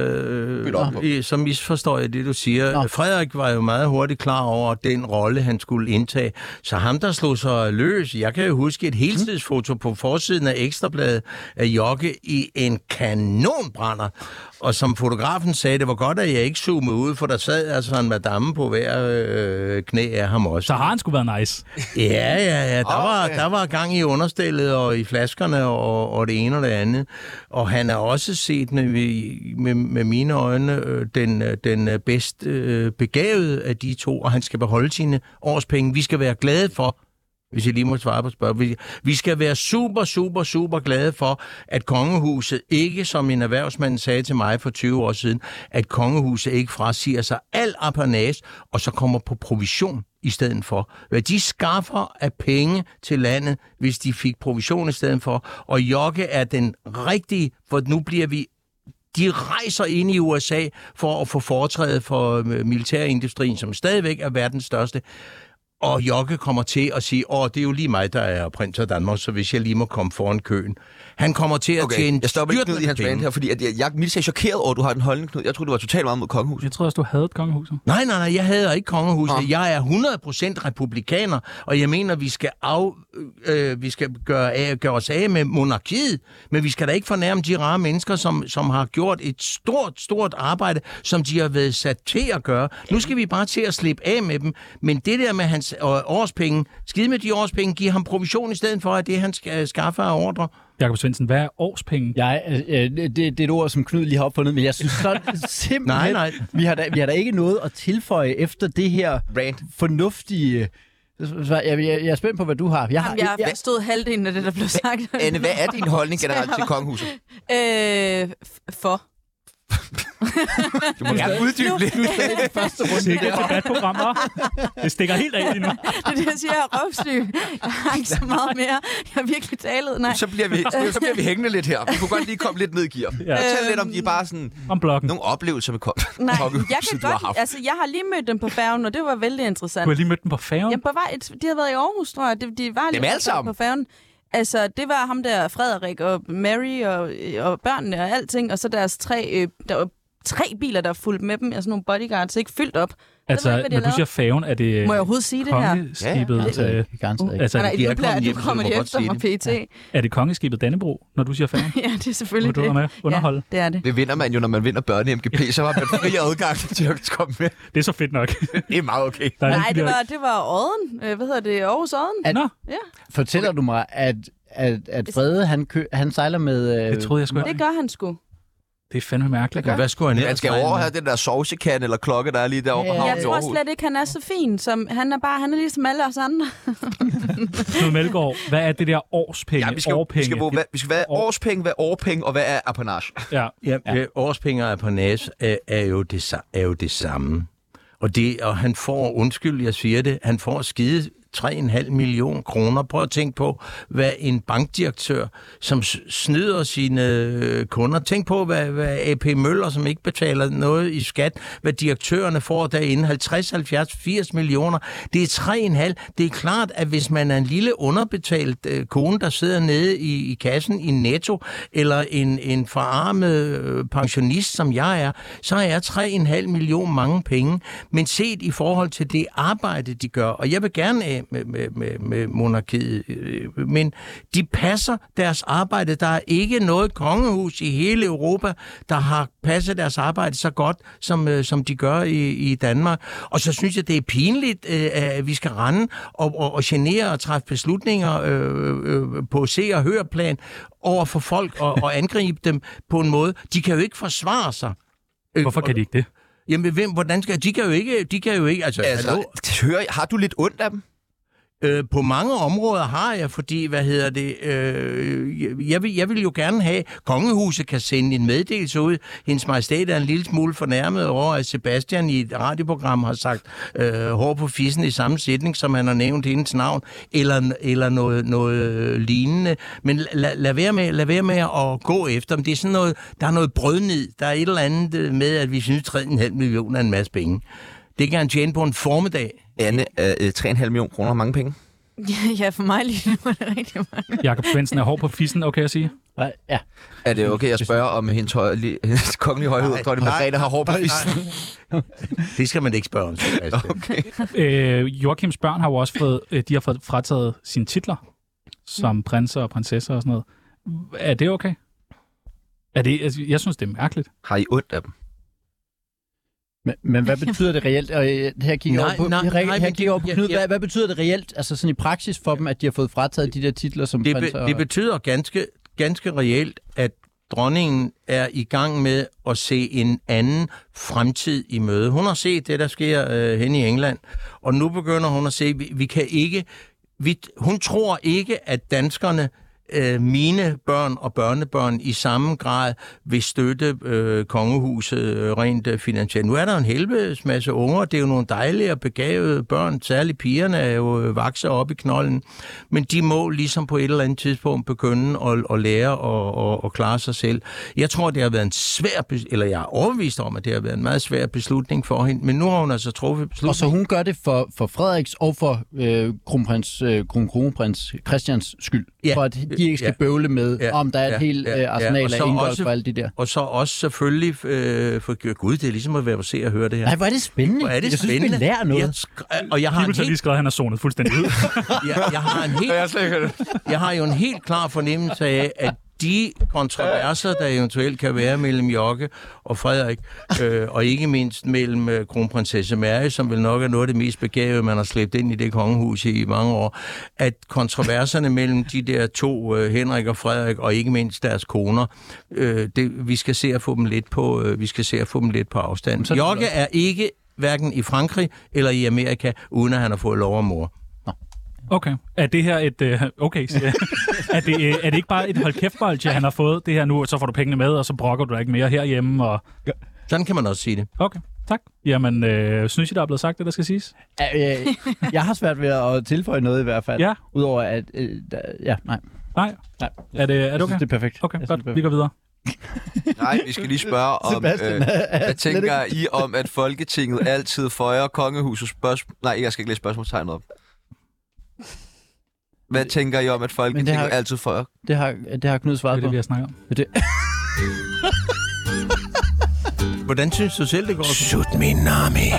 så misforstår jeg det, du siger. Nå. Frederik var jo meget hurtigt klar over den rolle, han skulle indtage. Så ham, der slog sig løs, jeg kan jo huske et heltidsfoto på forsiden af Ekstrabladet af Jokke i en kanonbrænder. Og som fotografen sagde, det var godt, at jeg ikke zoomede ud, for der sad altså en madame på hver knæ af ham også. Så har han sgu været nice. Ja. Der var gang i understillet og i flaskerne og det ene og det andet. Og han er også set med mine øjne den bedst begavede af de to, og han skal beholde sine årspenge. Vi skal være glade for, hvis jeg lige må svare på spørgsmålet. Vi skal være super glade for, at kongehuset ikke, som en erhvervsmand sagde til mig for 20 år siden, at kongehuset ikke frasiger sig al apanage, og så kommer på provision i stedet for. Hvad de skaffer af penge til landet, hvis de fik provision i stedet for. Og Jokke er den rigtige, for nu bliver vi... De rejser ind i USA for at få foretræde for militærindustrien, som stadigvæk er verdens største. Og Jokke kommer til at sige, det er jo lige mig, der er prins af Danmark, så hvis jeg lige må komme foran køen. Han kommer til at tjene... Jeg stopper ikke Knud i hans band her, fordi jeg er mildt chokeret over, at du har den holdning, Knud. Jeg tror du var totalt meget mod kongehuset. Jeg tror også, du havde kongehuset. Nej, jeg hader ikke kongehuset. Jeg er 100% republikaner, og jeg mener, vi skal gøre os af med monarkiet, men vi skal da ikke fornærme de rare mennesker, som har gjort et stort arbejde, som de har været sat til at gøre. Nu skal vi bare til at slippe af med dem, men det der med hans årspenge, skide med de årspenge, give ham provision i stedet for, at det han skal skaffe af ordre. Jakob Svendsen, hvad er årspenge? Det er et ord, som Knud lige har opfundet, men jeg synes så simpelthen, nej. Vi har da ikke noget at tilføje efter det her fornuftige... Jeg er spændt på, hvad du har. Jeg forstod halvdelen af det, der blev sagt. Anne, hvad er din holdning generelt til kongehuset? For. Du må gerne uddybe lidt. Du er i første runde. Sikkert debatprogrammer. Det stikker helt af lige nu. Det er det, jeg siger, jeg er røvsyg. Jeg har ikke så meget mere. Jeg har virkelig talet. Nej. Så bliver vi hængende lidt her. Vi kunne godt lige komme lidt ned i gear. Fortæl lidt om de bare sådan... Om bloggen. Nogle oplevelser med kongehuset. Nej, jeg kan godt... Altså, jeg har lige mødt dem på færgen, og det var vældig interessant. Du har lige mødt dem på færgen? Ja, de har været i Aarhus, tror jeg. De var lige alle sammen på færgen. Altså, det var ham der, Frederik og Mary og børnene og alting, og så deres der var 3 biler, der fulgte med dem, altså nogle bodyguards, ikke fyldt op. Altså, når du siger færgen, er det... Må jeg overhovedet sige det her? Kongeskibet? Altså, kommer de efter mig, PT. Er det kongeskibet Dannebro, når du siger færgen? Ja, det er selvfølgelig det. Må du med underholde? Ja, det er det. Det vinder man jo, når man vinder børne-MGP, så har man fri adgang til at komme med. Det er så fedt nok. Det er meget okay. Nej, det var Odden. Hvad hedder det? Aarhus Odden? Nå. Ja. Fortæller du mig, at Frede, han sejler med... Det troede jeg sgu. Det gør han sgu. Det er fandme mærkeligt. Men hvad skulle han Man skal overhøre den der sovsekan eller klokke, der er lige derovre på havnen Jeg i tror Aarhus. slet ikke, han er så fin. Han er ligesom alle os andre. Knud Melgaard, hvad er det der årspenge? Ja, vi skal hvad er årspenge, hvad er årpenge, og hvad er apanage? Ja. Årspenge og apanage er jo det samme. Og han får, undskyld, jeg siger det, han får skide 3,5 millioner kroner. Prøv at tænke på, hvad en bankdirektør, som snyder sine kunder. Tænk på, hvad AP Møller, som ikke betaler noget i skat, hvad direktørerne får derinde. 50, 70, 80 millioner. Det er 3,5. Det er klart, at hvis man er en lille underbetalt kone, der sidder nede i kassen i Netto, eller en forarmet pensionist, som jeg er, så er 3,5 millioner mange penge. Men set i forhold til det arbejde, de gør, og jeg vil gerne af med monarkiet, men de passer deres arbejde. Der er ikke noget kongehus i hele Europa, der har passet deres arbejde så godt, som de gør i Danmark. Og så synes jeg, det er pinligt, at vi skal rende og genere og træffe beslutninger på se- og høreplan over for folk og angribe dem på en måde. De kan jo ikke forsvare sig. Hvorfor kan de ikke det? Jamen, hvordan skal de kan jo ikke. Altså, har du lidt ondt af dem? På mange områder har jeg, fordi, jeg vil jo gerne have, kongehuset kan sende en meddelelse ud. Hendes Majestæt er en lille smule fornærmet over, at Sebastian i et radioprogram har sagt hår på fissen i samme sætning, som han har nævnt hendes navn, eller noget lignende. Men lad være med at gå efter dem. Det er sådan noget, der er noget brødnid. Der er et eller andet med, at vi synes 3,5 millioner er en masse penge. Det kan han tjene på en formiddag. Anne, 3,5 millioner kroner mange penge? Ja, for mig lige nu er det rigtig mange. Jakob Svendsen er hård på fissen, okay at sige? Ja. Er det okay at spørge, om hendes kongelige højhed, dronning Margrethe, har hår på fissen? Det skal man ikke spørge om. Okay. Joachims børn har jo også fået frataget sine titler som prinser og prinsesser og sådan noget. Er det okay? Jeg synes, det er mærkeligt. Har I ondt af dem? Men hvad betyder det reelt? Og her kigger jeg over på Knud. Hvad betyder det reelt, altså sådan i praksis for dem, at de har fået frataget de der titler som prinser? Det betyder ganske reelt, at dronningen er i gang med at se en anden fremtid i møde. Hun har set det, der sker hen i England, og nu begynder hun at se, hun tror ikke, at danskerne, mine børn og børnebørn i samme grad vil støtte kongehuset rent finansielt. Nu er der en helvedes masse unger, det er jo nogle dejlige og begavede børn, særligt pigerne er jo vokset op i knolden, men de må ligesom på et eller andet tidspunkt begynde at lære og klare sig selv. Jeg tror, det har været en svær jeg er overbevist om, at det har været en meget svær beslutning for hende, men nu har hun altså truffet beslutning. Og så hun gør det for Frederiks og for kronprins Christians skyld, for at de ikke skal bøvle med, om der er et helt arsenal af indgolf for alle de der. Og så også selvfølgelig, for Gud, det er ligesom at være på se og høre det her. Nej, hvor er det spændende. Hvor er det jeg spændende. Synes, vi lærer noget. Og jeg har lige skrevet, at han har zonet fuldstændig ud. Jeg har jo en helt klar fornemmelse af, at de kontroverser, der eventuelt kan være mellem Jokke og Frederik, og ikke mindst mellem kronprinsesse Mary, som vel nok er noget af det mest begavede, man har slæbt ind i det kongehus i mange år, at kontroverserne mellem de der to, Henrik og Frederik, og ikke mindst deres koner, vi skal se at få dem lidt på afstand. Jokke er ikke hverken i Frankrig eller i Amerika, uden at han har fået lov af mor. Okay. Er det her et... Okay, er det ikke bare et hold-kæft-bolde, han har fået det her nu, så får du pengene med, og så brokker du ikke mere herhjemme? Og... Sådan kan man også sige det. Okay, tak. Jamen, synes I, der er blevet sagt det, der skal siges? Jeg har svært ved at tilføje noget i hvert fald. Ja. Udover at... nej. Nej? Er det okay? Det er perfekt. Okay, godt. Vi går videre. Nej, vi skal lige spørge om, hvad tænker I om, at Folketinget altid føjer kongehusets spørgsmål... Nej, jeg skal ikke læse spørgsmålstegnet op. Hvad tænker I om, at Folketinget altid føjer? Det har Knud svaret på. Det er det, vi har snakket om. Hvordan synes du selv, det går? Shoot me, Nami.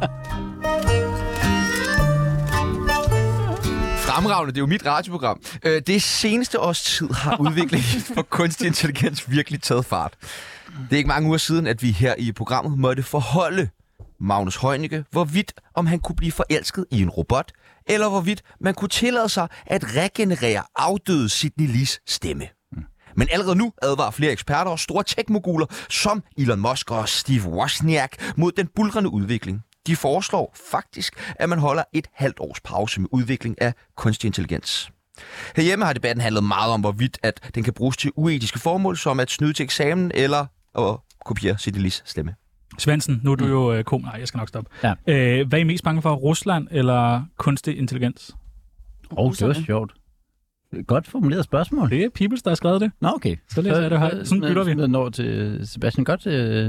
Fremragende, det er jo mit radioprogram. Det seneste års tid har udviklingen for kunstig intelligens virkelig taget fart. Det er ikke mange uger siden, at vi her i programmet måtte forholde Magnus Heunicke, hvorvidt om han kunne blive forelsket i en robot, eller hvorvidt man kunne tillade sig at regenerere afdøde Sidney Lees stemme. Men allerede nu advarer flere eksperter og store tech-moguler som Elon Musk og Steve Wozniak mod den buldrende udvikling. De foreslår faktisk, at man holder et halvt års pause med udvikling af kunstig intelligens. Herhjemme har debatten handlet meget om, hvorvidt at den kan bruges til uetiske formål, som at snyde til eksamen eller at kopiere Siddelis stemme. Svendsen, nu er du jo Nej, jeg skal nok stoppe. Ja. Hvad er I mest bange for, Rusland eller kunstig intelligens? Det var sjovt. Godt formuleret spørgsmål. Det er Peoples, der har skrevet det. Nå, okay. Så læser jeg det her. Sådan bytter vi. Med over til Sebastian. Godt.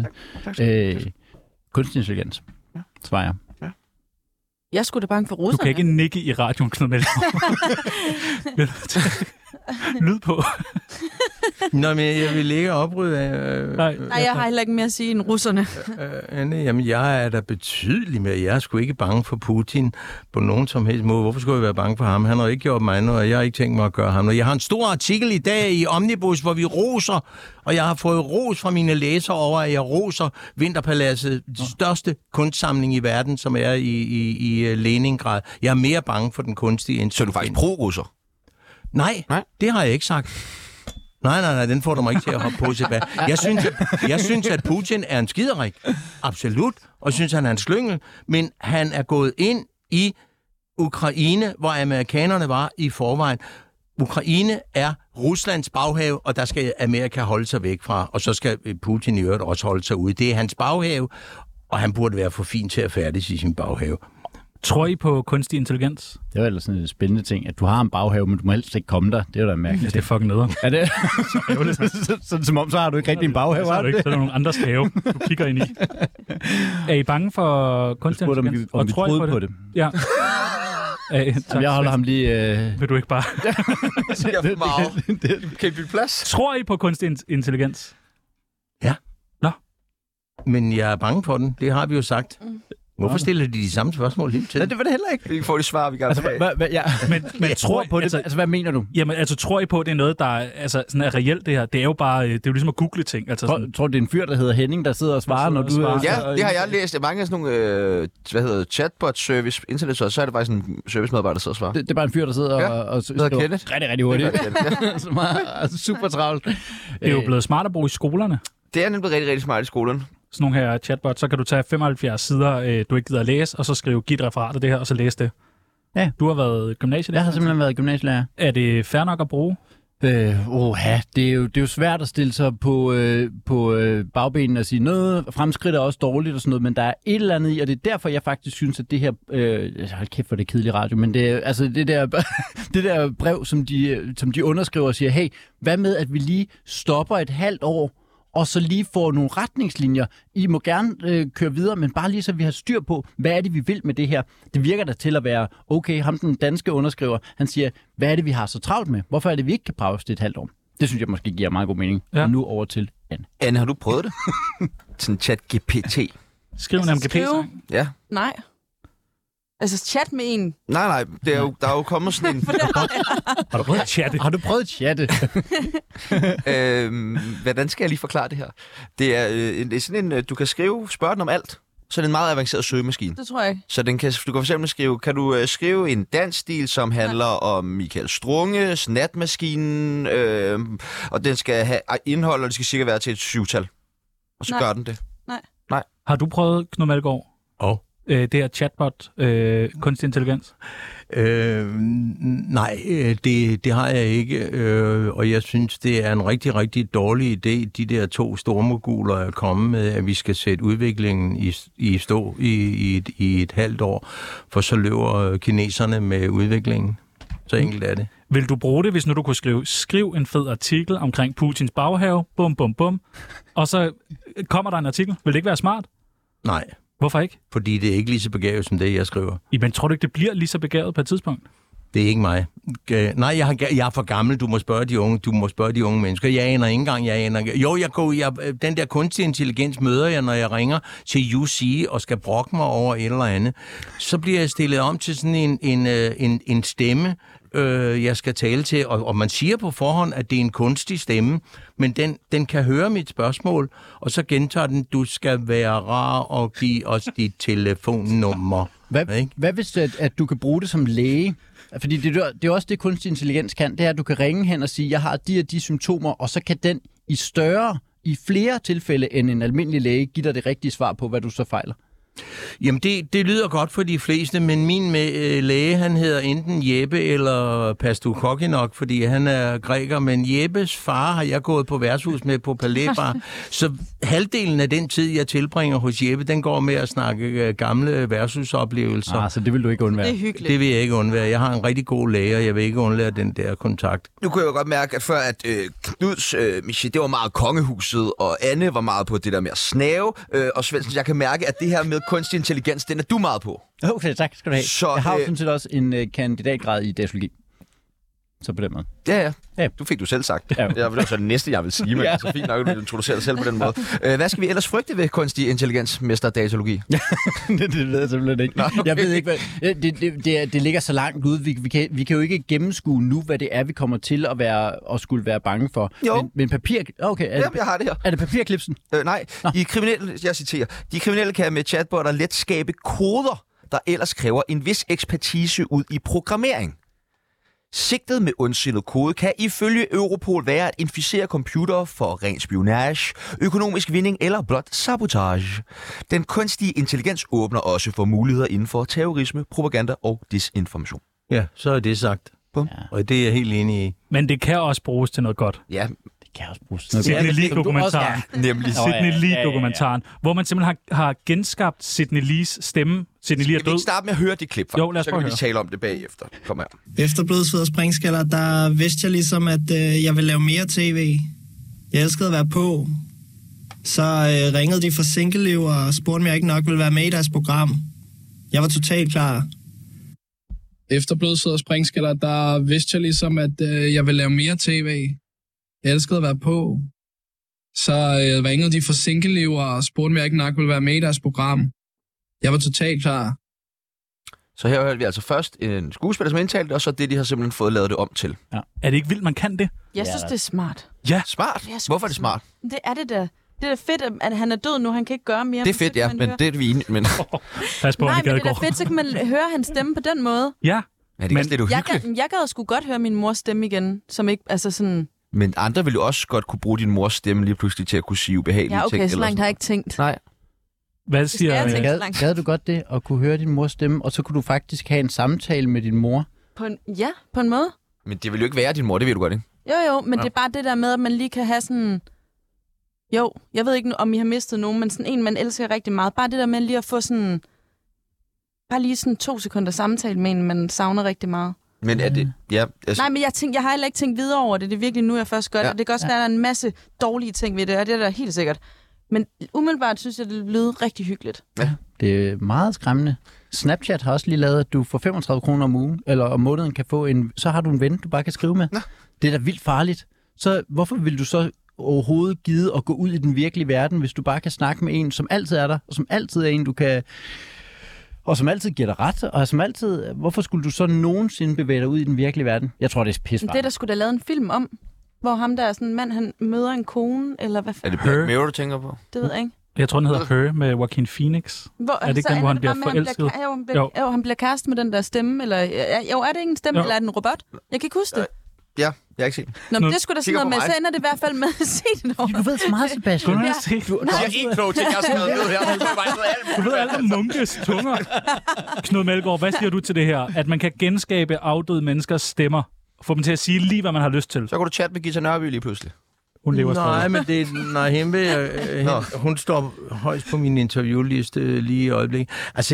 Kunstig intelligens. Svarer jeg. Jeg skulle da bange for Du russerne. kan ikke nikke i radioen, Knud Melgaard. Lyd på. Nå, men jeg vil ikke oprydde Nej, jeg har heller ikke mere at sige end russerne. Anne, jamen, jeg er da betydeligt mere. Jeg er sgu ikke bange for Putin på nogen som helst måde. Hvorfor skulle jeg være bange for ham? Han har ikke gjort mig noget, og jeg har ikke tænkt mig at gøre ham noget. Jeg har en stor artikel i dag i Omnibus, hvor vi roser, og jeg har fået ros fra mine læsere over, at jeg roser Vinterpaladset, den største kunstsamling i verden, som er i Leningrad. Jeg er mere bange for den kunstige intelligens. Så er du faktisk pro-russer? Nej, det har jeg ikke sagt. Nej, den får du mig ikke til at hoppe på, Sebastian. Jeg synes, at Putin er en skiderik. Absolut. Og synes, han er en slyngel. Men han er gået ind i Ukraine, hvor amerikanerne var i forvejen. Ukraine er Ruslands baghave, og der skal Amerika holde sig væk fra. Og så skal Putin i øvrigt også holde sig ude. Det er hans baghave, og han burde være for fin til at færdes i sin baghave. Tror I på kunstig intelligens? Det var ellers sådan en spændende ting, at du har en baghave, men du må helst ikke komme der. Det er jo da mærkeligt. Det er fucking nederen. Er det? Sådan som om, så har du ikke rigtig en baghave. Så er du ikke, så er der nogen andres have, du kigger ind i. Er I bange for kunstig intelligens? Om vi troede på det. Ja. Jeg holder ham lige... Vil du ikke bare... Kan I bytte plads? Tror I på kunstig intelligens? Ja. Nå. Men jeg er bange for den. Det har vi jo sagt. Hvorfor stiller de samme spørgsmål hele tiden? Nej, det var det heller ikke. Vi får de svar, vi gerne vil have. Men tror på det. Altså, hvad mener du? Jamen, altså, tror I på, at det er noget, der altså, sådan er reelt, det her? Det er jo bare, det er jo ligesom at google ting. Altså, sådan... Tror du, det er en fyr, der hedder Henning, der sidder og svarer, når du... Ja, det har jeg læst. Mange af sådan nogle, chatbot-service, internet, så er det faktisk en servicemedarbejder, der sidder og svarer. Det er bare en fyr, der sidder og rigtig hurtigt. Som er super travlt. Det er jo blevet smart at bruge i skolerne. Det er nemlig rigtig, rigtig smart i skolen. Sådan nogle her chatbot, så kan du tage 75 sider, du ikke gider at læse, og så skrive, giv et referat af det her, og så læse det. Ja. Du har været gymnasielærer. Jeg har simpelthen været gymnasielærer. Er det fair nok at bruge? Det er jo svært at stille sig på bagbenene og sige, noget fremskridt er også dårligt og sådan noget, men der er et eller andet i, og det er derfor, jeg faktisk synes, at det her... hold kæft for det kedelige radio, men det der brev, som de underskriver og siger, hey, hvad med, at vi lige stopper et halvt år, og så lige får nogle retningslinjer. I må gerne køre videre, men bare lige så vi har styr på, hvad er det, vi vil med det her. Det virker da til at være, okay, ham den danske underskriver, han siger, hvad er det, vi har så travlt med? Hvorfor er det, vi ikke kan pause det et halvt år? Det synes jeg måske giver meget god mening. Ja. Og nu over til Anne. Anne, har du prøvet det? Sådan chat-GPT. Skriv en MGP-sang. Ja. Nej. Altså chat med en. Nej, der er jo kommet sådan en... Har du prøvet at chatte? Har du prøvet at chatte? Hvordan skal jeg lige forklare det her? Det er sådan en, du kan spørge den om alt. Så er det en meget avanceret søgemaskine. Det tror jeg ikke. Så du kan for eksempel skrive en dansstil, som handler om Michael Strunges Natmaskinen, og den skal have indhold, og det skal cirka være til et 7-tal. Og så gør den det. Nej. Har du prøvet, Knud Melgaard? Det her chatbot, kunstig intelligens? Nej, det har jeg ikke, og jeg synes, det er en rigtig, rigtig dårlig idé, de der to store moguler er kommet med, at vi skal sætte udviklingen i stå i et halvt år, for så løber kineserne med udviklingen. Så enkelt er det. Vil du bruge det, hvis nu du kunne skriv en fed artikel omkring Putins baghave, bum, bum, bum, og så kommer der en artikel? Vil det ikke være smart? Nej. Hvorfor ikke? Fordi det er ikke lige så begavet som det, jeg skriver. Men tror du ikke, det bliver lige så begavet på et tidspunkt? Det er ikke mig. Nej, jeg er for gammel. Du må spørge de unge mennesker. Jeg aner ikke engang. Den der kunstig intelligens møder jeg, når jeg ringer til UC og skal brokke mig over et eller andet. Så bliver jeg stillet om til sådan en stemme, jeg skal tale til, og man siger på forhånd, at det er en kunstig stemme, men den kan høre mit spørgsmål, og så gentager den, du skal være rar og give os dit telefonnummer. Hvad hvis at du kan bruge det som læge? Fordi det er også det, kunstig intelligens kan, det er, at du kan ringe hen og sige, jeg har de og de symptomer, og så kan den i flere tilfælde end en almindelig læge give dig det rigtige svar på, hvad du så fejler. Jamen, det lyder godt for de fleste, men min læge, han hedder enten Jeppe eller Pastor Kokinok, fordi han er græker, men Jeppes far har jeg gået på værtshus med på Palæbar, så halvdelen af den tid, jeg tilbringer hos Jeppe, den går med at snakke gamle værtshusoplevelser. Så det vil du ikke undvære. Det er hyggeligt. Det vil jeg ikke undvære. Jeg har en rigtig god læge, og jeg vil ikke undvære den der kontakt. Nu kunne jeg jo godt mærke, at før at Knuds Michi, det var meget kongehuset, og Anne var meget på det der med at snave, og Svendsen, jeg kan mærke, at det her med kunstig intelligens, den er du meget på. Okay, tak skal du have. Så, jeg har jo sådan set også en kandidatgrad i datalogi. Så på den måde. Ja. Ja. Du fik du selv sagt. Ja. Det var så det næste, jeg vil sige, men så fint nok, at du introducerer dig selv på den måde. Hvad skal vi ellers frygte ved kunstig intelligens, mester datalogi? det ved jeg simpelthen ikke. Okay. Jeg ved ikke, hvad... Det ligger så langt ud. Vi kan jo ikke gennemskue nu, hvad det er, vi kommer til at skulle være bange for. Jo. Men papir... Okay, Jamen, jeg har det her. Er det papirklipsen? Nej, jeg citerer. De kriminelle kan med chatbotter let skabe koder, der ellers kræver en vis ekspertise ud i programmering. Sigtet med ondsindet kode kan ifølge Europol være at inficere computere for ren spionage, økonomisk vinding eller blot sabotage. Den kunstige intelligens åbner også for muligheder inden for terrorisme, propaganda og disinformation. Ja, så er det sagt. Bum. Ja. Og det er jeg helt enig i. Men det kan også bruges til noget godt. Ja, Det kan også bruges. Sidney Lee-dokumentaren. nemlig. Sidney Lee-dokumentaren, hvor man simpelthen har genskabt Sidney Lees stemme. Sidney Lee er Skal vi død. ikke starte med at høre det klip? Jo, lad os så prøve kan vi at tale om det bagefter. Kom her. Efter Blodsved og Springskaller, der vidste jeg ligesom, at jeg ville lave mere tv. Jeg elskede at være på. Så ringede de fra Sinkelliv og spurgte, om jeg ikke nok ville være med i deres program. Jeg var totalt klar. Efter Blodsved og Springskaller, der vidste jeg ligesom, at jeg ville lave mere tv. Jeg elskede at være på. Så ringede de fra Sinkelliv og spurgte, om jeg ikke nok ville være med i deres program. Jeg var totalt klar. Så her hørte vi altså først en skuespiller, som indtalte, og så det, de har simpelthen fået lavet det om til. Ja. Er det ikke vildt, man kan det? Jeg synes, det er smart. Ja. Smart? Det er sgu Hvorfor er det smart? Det er det da. Det er da fedt, at han er død nu. Han kan ikke gøre mere. Det er fedt, ja, men det er vi enige. Men Pas på, Nej, han men ikke det er da fedt, så kan man høre hans stemme på den måde. Ja. er det ikke lidt uhyggeligt? Jeg gad sgu godt høre min mors stemme igen, som ikke, altså sådan... Men andre vil jo også godt kunne bruge din mors stemme lige pludselig til at kunne sige ubehagelige Ja, okay, ting. så langt har jeg ikke tænkt. Nej. Hvad skal siger... jeg tænke. Gad du godt det, at kunne høre din mors stemme, og så kunne du faktisk have en samtale med din mor? På en måde. Men det vil jo ikke være din mor, det ved du godt, ikke? Jo, men det er bare det der med, at man lige kan have sådan... Jo, jeg ved ikke, om I har mistet nogen, men sådan en, man elsker rigtig meget. Bare det der med lige at få sådan... Bare lige sådan 2 sekunder samtale med en, man savner rigtig meget. Men er det... Ja, altså, Nej, men jeg har heller ikke tænkt videre over det. Det er virkelig nu, jeg først gør det. Ja. Og det kan også være, at der er en masse dårlige ting ved det, og det er der helt sikkert. Men umiddelbart synes jeg, det lyder rigtig hyggeligt. Det er meget skræmmende. Snapchat har også lige lavet, at du for 35 kroner om ugen, eller om måneden kan få så har du en ven, du bare kan skrive med. Nå. Det er da vildt farligt. Så hvorfor vil du så overhovedet gide at gå ud i den virkelige verden, hvis du bare kan snakke med en, som altid er der, og som altid er en, du kan... Og som altid giver dig ret, og som altid... Hvorfor skulle du så nogensinde bevæge dig ud i den virkelige verden? Jeg tror, det er pissefarligt. Det er der skulle da lavet en film om, hvor ham der er sådan en mand, han møder en kone, eller hvad er det Black Mirror, du tænker på? Det ved jeg ikke. Jeg tror, den hedder Her med Joaquin Phoenix. Hvor, Er det ikke den, hvor han bliver forelsket? Han bliver kæreste med den der stemme, eller... Jo, er det ikke en stemme, eller er det en robot? Jeg kan ikke huske det. Ja, jeg har ikke set den. Nå, men det skulle da sådan kigger noget på med, mig. så ender det i hvert fald med at se det over. Du ved så meget, Sebastian. Du har Ja. set. Jeg siger en klog ting, jeg har skrevet ned her. Du ved alt om munkes tunger. Knud Melgaard, hvad siger du til det her? At man kan genskabe afdøde menneskers stemmer. Få dem til at sige lige, hvad man har lyst til. Så kan du chatte med Gita Nørby lige pludselig. Hun lever Nej, stadig. men hende, hun står højst på min interviewliste lige i øjeblikket. Altså,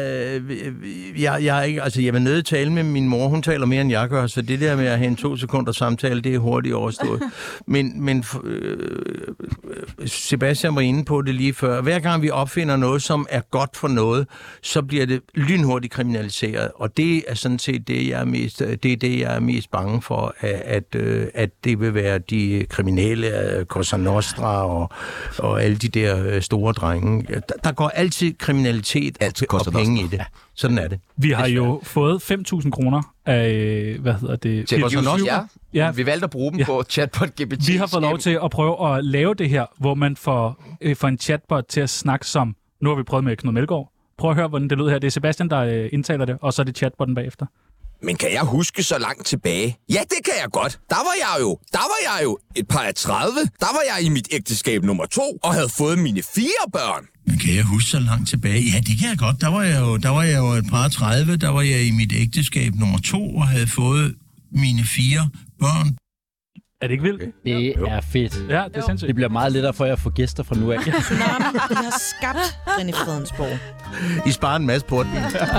jeg ikke, altså, jeg vil nødt tale med min mor. Hun taler mere, end jeg gør, så det der med at have en 2 sekunder samtale, det er hurtigt overstået. Men Sebastian var inde på det lige før. Hver gang vi opfinder noget, som er godt for noget, så bliver det lynhurtigt kriminaliseret. Og det er sådan set det, jeg er mest bange for, at det vil være de kriminelle kriminelle, Cosa Nostra og alle de der store drenge. Der går altid kriminalitet og penge i det. Sådan er det. Vi har jo fået 5.000 kroner af, Ja. Vi valgte at bruge dem på chatbot GPT. Vi har fået lov til at prøve at lave det her, hvor man får en chatbot til at snakke som... Nu har vi prøvet med Knud Melgaard. Prøv at høre, hvordan det lyder her. Det er Sebastian, der indtaler det, og så er det chatbotten bagefter. Men kan jeg huske så langt tilbage? Ja, det kan jeg godt. Der var jeg jo et par af 30. Der var jeg i mit ægteskab nummer 2 og havde fået mine 4 børn. Men kan jeg huske så langt tilbage? Ja, det kan jeg godt. Der var jeg jo et par af 30. Der var jeg i mit ægteskab nummer 2 og havde fået mine 4 børn. Er det ikke vildt? Det er fedt. Ja, det er sindssygt. Det bliver meget lettere for jer at få gæster fra nu af. Tsunami, I har skabt René Fredensborg. I sparer en masse på den.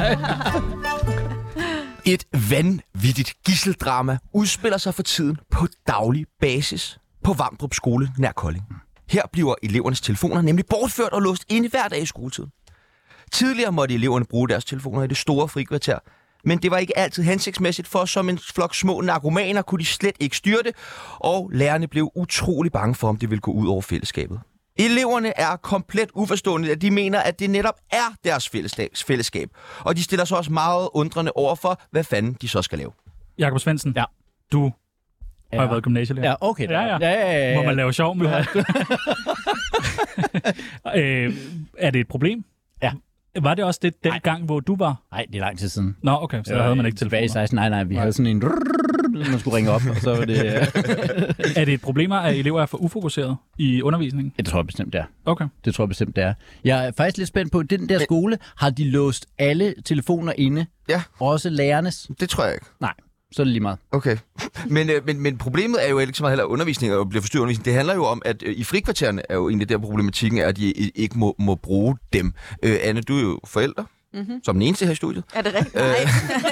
Et vanvittigt gisseldrama udspiller sig for tiden på daglig basis på Vamdrup Skole nær Kolding. Her bliver elevernes telefoner nemlig bortført og låst inde hver dag i skoletiden. Tidligere måtte eleverne bruge deres telefoner i det store frikvarter, men det var ikke altid hensigtsmæssigt, for som en flok små narkomaner kunne de slet ikke styre det, og lærerne blev utrolig bange for, om det ville gå ud over fællesskabet. Eleverne er komplet uforstående, at de mener, at det netop er deres fællesskab, og de stiller sig også meget undrende over for, hvad fanden de så skal lave. Jakob Svendsen, du har været gymnasielærer. Ja, okay. Ja. Må man lave sjov med det? Er det et problem? Ja. Var det også det dengang, hvor du var? Nej, det er lang tid siden. Nå, okay, så der havde man ikke telefoner. Tilbage i 16, nej, vi havde sådan en... Man skulle ringe op, og så var det... Er det et problem, at elever er for ufokuseret i undervisningen? Det tror jeg bestemt, det er. Okay. Det tror jeg bestemt, det er. Jeg er faktisk lidt spændt på, den der skole, har de låst alle telefoner inde? Ja. Også lærernes? Det tror jeg ikke. Nej. Så er det lige meget. Okay. Men problemet er jo ikke så meget heller undervisning og bliver forstyrret undervisning. Det handler jo om, at i frikvartererne er jo egentlig der problematikken er, at de ikke må bruge dem. Anne, du er jo forælder. Mm-hmm. Som den eneste her i studiet. Er det rigtigt? Nej.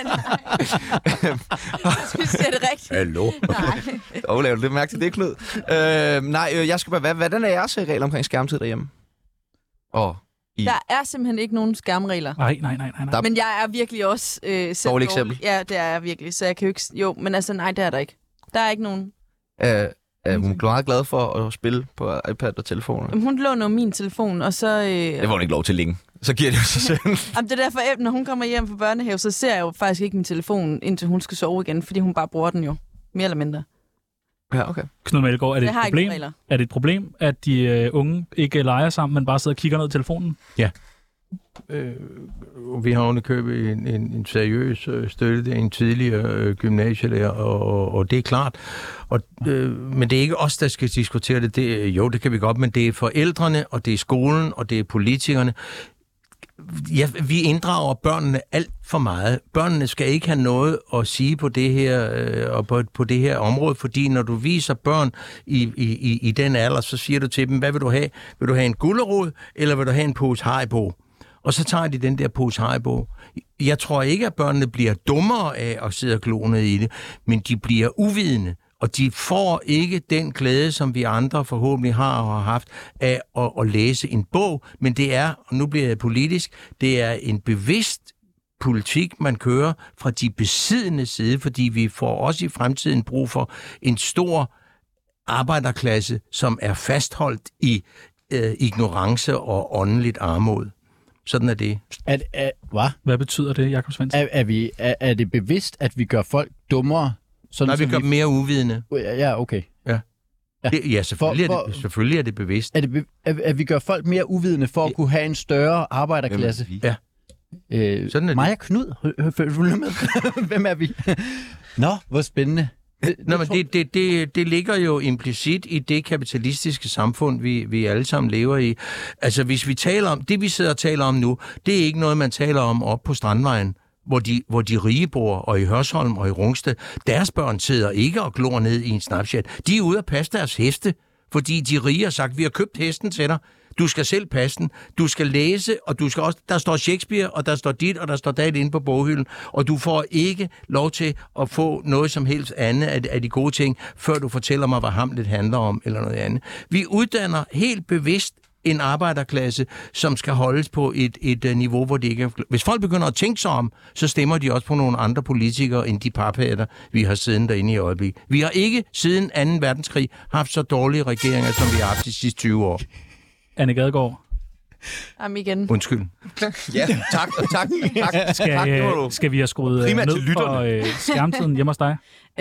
Synes jeg det rigtigt? Hallo? Nej. Laver du lidt mærke til det, Knud? Jeg skal bare... Hvordan er jeres regler omkring skærmtid derhjemme? Der er simpelthen ikke nogen skærmregler. Nej. Men jeg er virkelig også dårligt eksempel. Ja, det er jeg virkelig, så jeg kan jo ikke... Jo, men altså nej, det er der ikke. Der er ikke nogen... Er hun meget glad for at spille på iPad og telefoner? Hun låner min telefon, og så... Det var hun ikke lov til længe. Så giver det jo sig selv. Jamen, det er derfor, når hun kommer hjem fra børnehave, så ser jeg jo faktisk ikke min telefon, indtil hun skal sove igen, fordi hun bare bruger den jo. Mere eller mindre. Ja, okay. Knud Melgaard, er det et problem, at de unge ikke leger sammen, men bare sidder og kigger ned i telefonen? Ja. Vi har underkøbet en seriøs støtte, det er en tidligere gymnasielærer, og det er klart. Men det er ikke os, der skal diskutere det. Det kan vi godt, men det er forældrene, og det er skolen, og det er politikerne. Ja, vi inddrager børnene alt for meget. Børnene skal ikke have noget at sige på det her og på det her område, fordi når du viser børn i den alder, så siger du til dem, hvad vil du have? Vil du have en gulerod, eller vil du have en pose Haribo? Og så tager de den der pose Haribo. Jeg tror ikke, at børnene bliver dummere af at sidde og klone i det, men de bliver uvidende. Og de får ikke den glæde, som vi andre forhåbentlig har og har haft, af at læse en bog. Men det er, og nu bliver jeg politisk, det er en bevidst politik, man kører fra de besiddende side, fordi vi får også i fremtiden brug for en stor arbejderklasse, som er fastholdt i ignorance og åndeligt armod. Sådan er det. Hvad betyder det, Jakob Svendsen? Er det bevidst, at vi gør folk dummere? Nej, vi gør dem mere uvidende. Ja, okay. Ja, selvfølgelig er det bevidst. At vi gør folk mere uvidende for at kunne have en større arbejderklasse? Ja. Sådan er Maja Knud, følger med. Hvem er vi? Nå, hvor spændende. Det ligger jo implicit i det kapitalistiske samfund, vi alle sammen lever i. Altså, hvis vi taler om, det vi sidder og taler om nu, det er ikke noget, man taler om op på Strandvejen, hvor de rige bor, og i Hørsholm og i Rungsted. Deres børn sidder ikke og glor ned i en Snapchat. De er ude at passe deres heste, fordi de rige har sagt, vi har købt hesten til dig. Du skal selv passe den, du skal læse, og du skal også, der står Shakespeare, og der står dit, og der står dat inde på boghylden, og du får ikke lov til at få noget som helst andet af de gode ting, før du fortæller mig, hvad Hamlet handler om, eller noget andet. Vi uddanner helt bevidst en arbejderklasse, som skal holdes på et niveau, hvor det ikke er... Hvis folk begynder at tænke sig om, så stemmer de også på nogle andre politikere, end de paphatter, vi har siddende derinde i øjeblikket. Vi har ikke siden 2. verdenskrig haft så dårlige regeringer, som vi har haft de sidste 20 år. Anne Gadegaard. Jamen igen. Undskyld. Ja, tak. Skal vi have skruet ned for skærmtiden hjemme hos dig?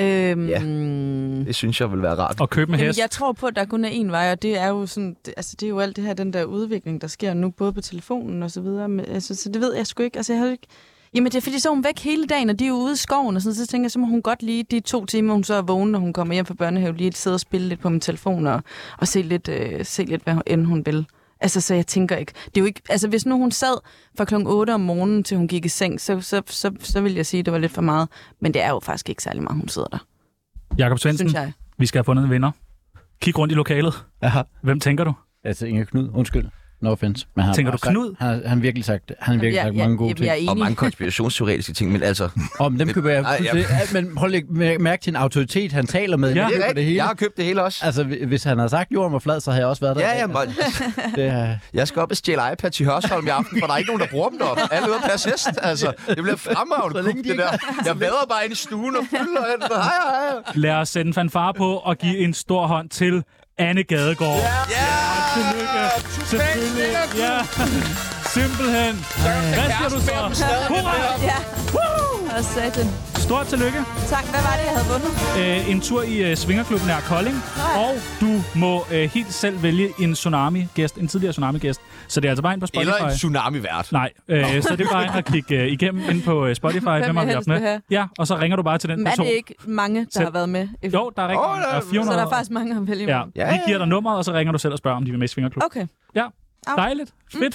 Det synes jeg vil være rart. Og købe med hest? Jeg tror på, at der kun er én vej, og det er jo sådan, det er jo alt det her, den der udvikling, der sker nu, både på telefonen og så videre. Men, altså, så det ved jeg sgu ikke. Altså, jeg har ikke... Jamen, det er fordi, så er hun væk hele dagen, og de er jo ude i skoven, og sådan, så tænker jeg, så må hun godt lige de 2 timer, hun så er vågen, når hun kommer hjem fra børnehave, lige sidde og spille lidt på min telefon, og se lidt, hvad end hun vil. Altså, så jeg tænker ikke... Det er jo ikke... Altså, hvis nu hun sad fra kl. 8 om morgenen, til hun gik i seng, så vil jeg sige, at det var lidt for meget. Men det er jo faktisk ikke særlig meget, hun sidder der. Jakob Svendsen, vi skal have fundet en vinder. Kig rundt i lokalet. Aha. Hvem tænker du? Altså, Inger Knud. Undskyld. No offense. Men tænker du Knud? Han har virkelig sagt mange gode ting. Og mange konspirationsteoretiske ting, men altså... Men dem køber jeg. Men prøv at mærke til en autoritet, han taler med. Ja, det er rigtigt. Jeg har købt det hele også. Altså, hvis han havde sagt, jorden var flad, så havde jeg også været der. Ja. Jeg skal op og stjæle iPad til Hørsholm i aften, for der er ikke nogen, der bruger dem deroppe. Alle ude at passe hest. Altså, det bliver fremragende kup, det der. Jeg væder bare ind i stuen og fylder hen. Hej. Lad os sætte en fanfare på og give en stor hånd til Anne Gadegaard. Tillykke. Selvfølgelig. Ja. Simpelthen. Hvad siger du så? Hurra! Ja. Og satan. Stort tillykke. Tak. Hvad var det, jeg havde vundet? En tur i Swingerklubben nær Kolding. Og du må helt selv vælge en tsunami-gæst, en tidligere tsunami-gæst. Så det er altså bare ind på Spotify. Eller en tsunami-vært. Nej, så det er bare ind og kigge igennem ind på Spotify. Hvem har vi haft med? Ja, og så ringer du bare til den person. Men er det ikke mange, der har været med? Jo, der er rigtig mange. Der er 400. Så der er faktisk mange at vælge. Ja, vi giver dig nummeret, og så ringer du selv og spørger, om de vil med i Swingerklub. Okay. Ja. Dejligt.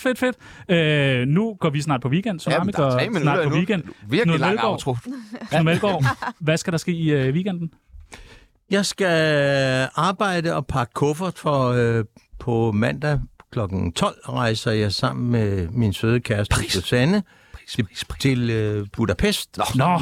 Fedt. Nu går vi snart på weekend. Tsunami går snart på weekend. Virkelig lang outro. Knud Meldgaard, hvad skal der ske i weekenden? Jeg skal arbejde og pakke kuffert for på mandag kl. 12 rejser jeg sammen med min søde kæreste Susanne til Budapest.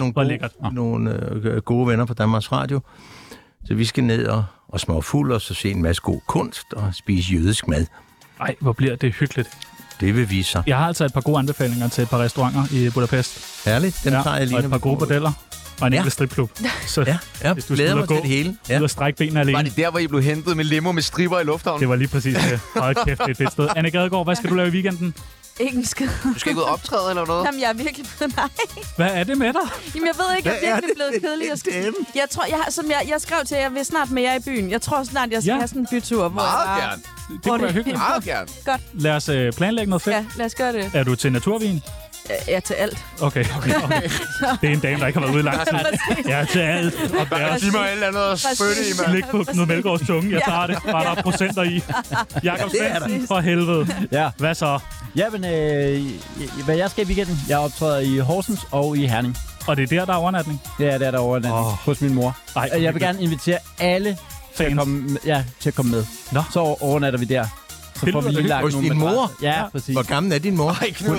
Nogle gode venner på Danmarks Radio. Så vi skal ned og småfuld og så se en masse god kunst og spise jødisk mad. Ej, hvor bliver det hyggeligt. Det vil vise sig. Jeg har altså et par gode anbefalinger til et par restauranter i Budapest. Herligt, dem tager jeg lige. Og et par gode bordeller. Og en enkelt stripklub. Så hvis du glæder mig til det hele. Ud og strække benene alene. Var det der, hvor I blev hentet med limo med striber i lufthavnen? Det var lige præcis det. Hold kæft, det er et fedt sted. Anne Gadegaard, hvad skal du lave i weekenden? Ikke en skid. Du skal ikke ud og optræde eller noget? Jamen, jeg er virkelig blevet nej. Hvad er det med dig? Jamen, jeg ved ikke, jeg er virkelig blevet kedelig. Jeg tror, jeg skrev til, at jeg vil snart med jer i byen. Jeg tror snart, jeg skal have sådan en bytur. Meget gerne. Det kunne være hyggeligt. Meget gerne. Godt. Lad os planlægge noget fedt. Ja, lad os gøre det. Er du til naturvin? Ja, til alt. Okay. Det er en dame, der ikke har været ude i lang tid. Ja, til alt. Og giv mig et eller andet at spytte i, mand. Slik på Knud Meldgaards tunge. Jeg tager det. Bare der er procenter i. Jakob Svendsen, for helvede. Ja. Hvad så? Jamen, hvad jeg skal i weekenden? Jeg optræder i Horsens og i Herning. Og det er der er overnatning? Ja, det er der overnatning hos min mor. Jeg vil gerne invitere alle til at komme med. Nå. Så overnatter vi der. Så får vi lige lagt hos din mor? Ja, præcis. Hvor gammel er din mor? Ej, Knud.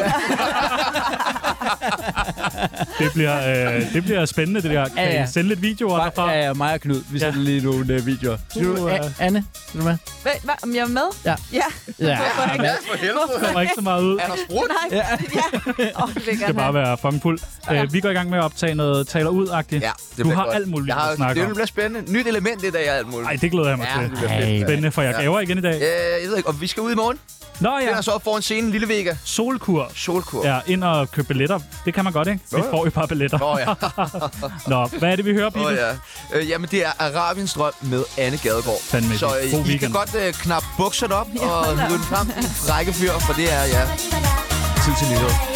Det bliver spændende, det der. Kan I sende lidt videoer derfra? Ja, mig og Knud. Vi sender lige nogle videoer. Anne, er du med? Hvad? Om jeg er med? Ja. Det kommer ikke så meget ud. Er der sprut? Nej. Det skal bare være fucking fuld. Vi går i gang med at optage noget taler ud-agtigt. Ja, du har alt muligt at snakke om. Det bliver spændende. Nyt element i dag er alt muligt. Nej, det glæder jeg mig til. Spændende, for jeg gaver igen i dag. Jeg ved ikke, og vi skal ud i morgen. Nå ja. Det er så foran scenen, Lille Vega. Solkur. Ja, ind og købe billetter. Det kan man godt, ikke? Vi får jo et par billetter. Nå, hvad er det, vi hører, Bibel? Jamen, det er Arabiens drøm med Anne Gadegaard. Så I kan godt knappe bukserne op og hive den frem. Frække fyr, for det er, tid til nyheder.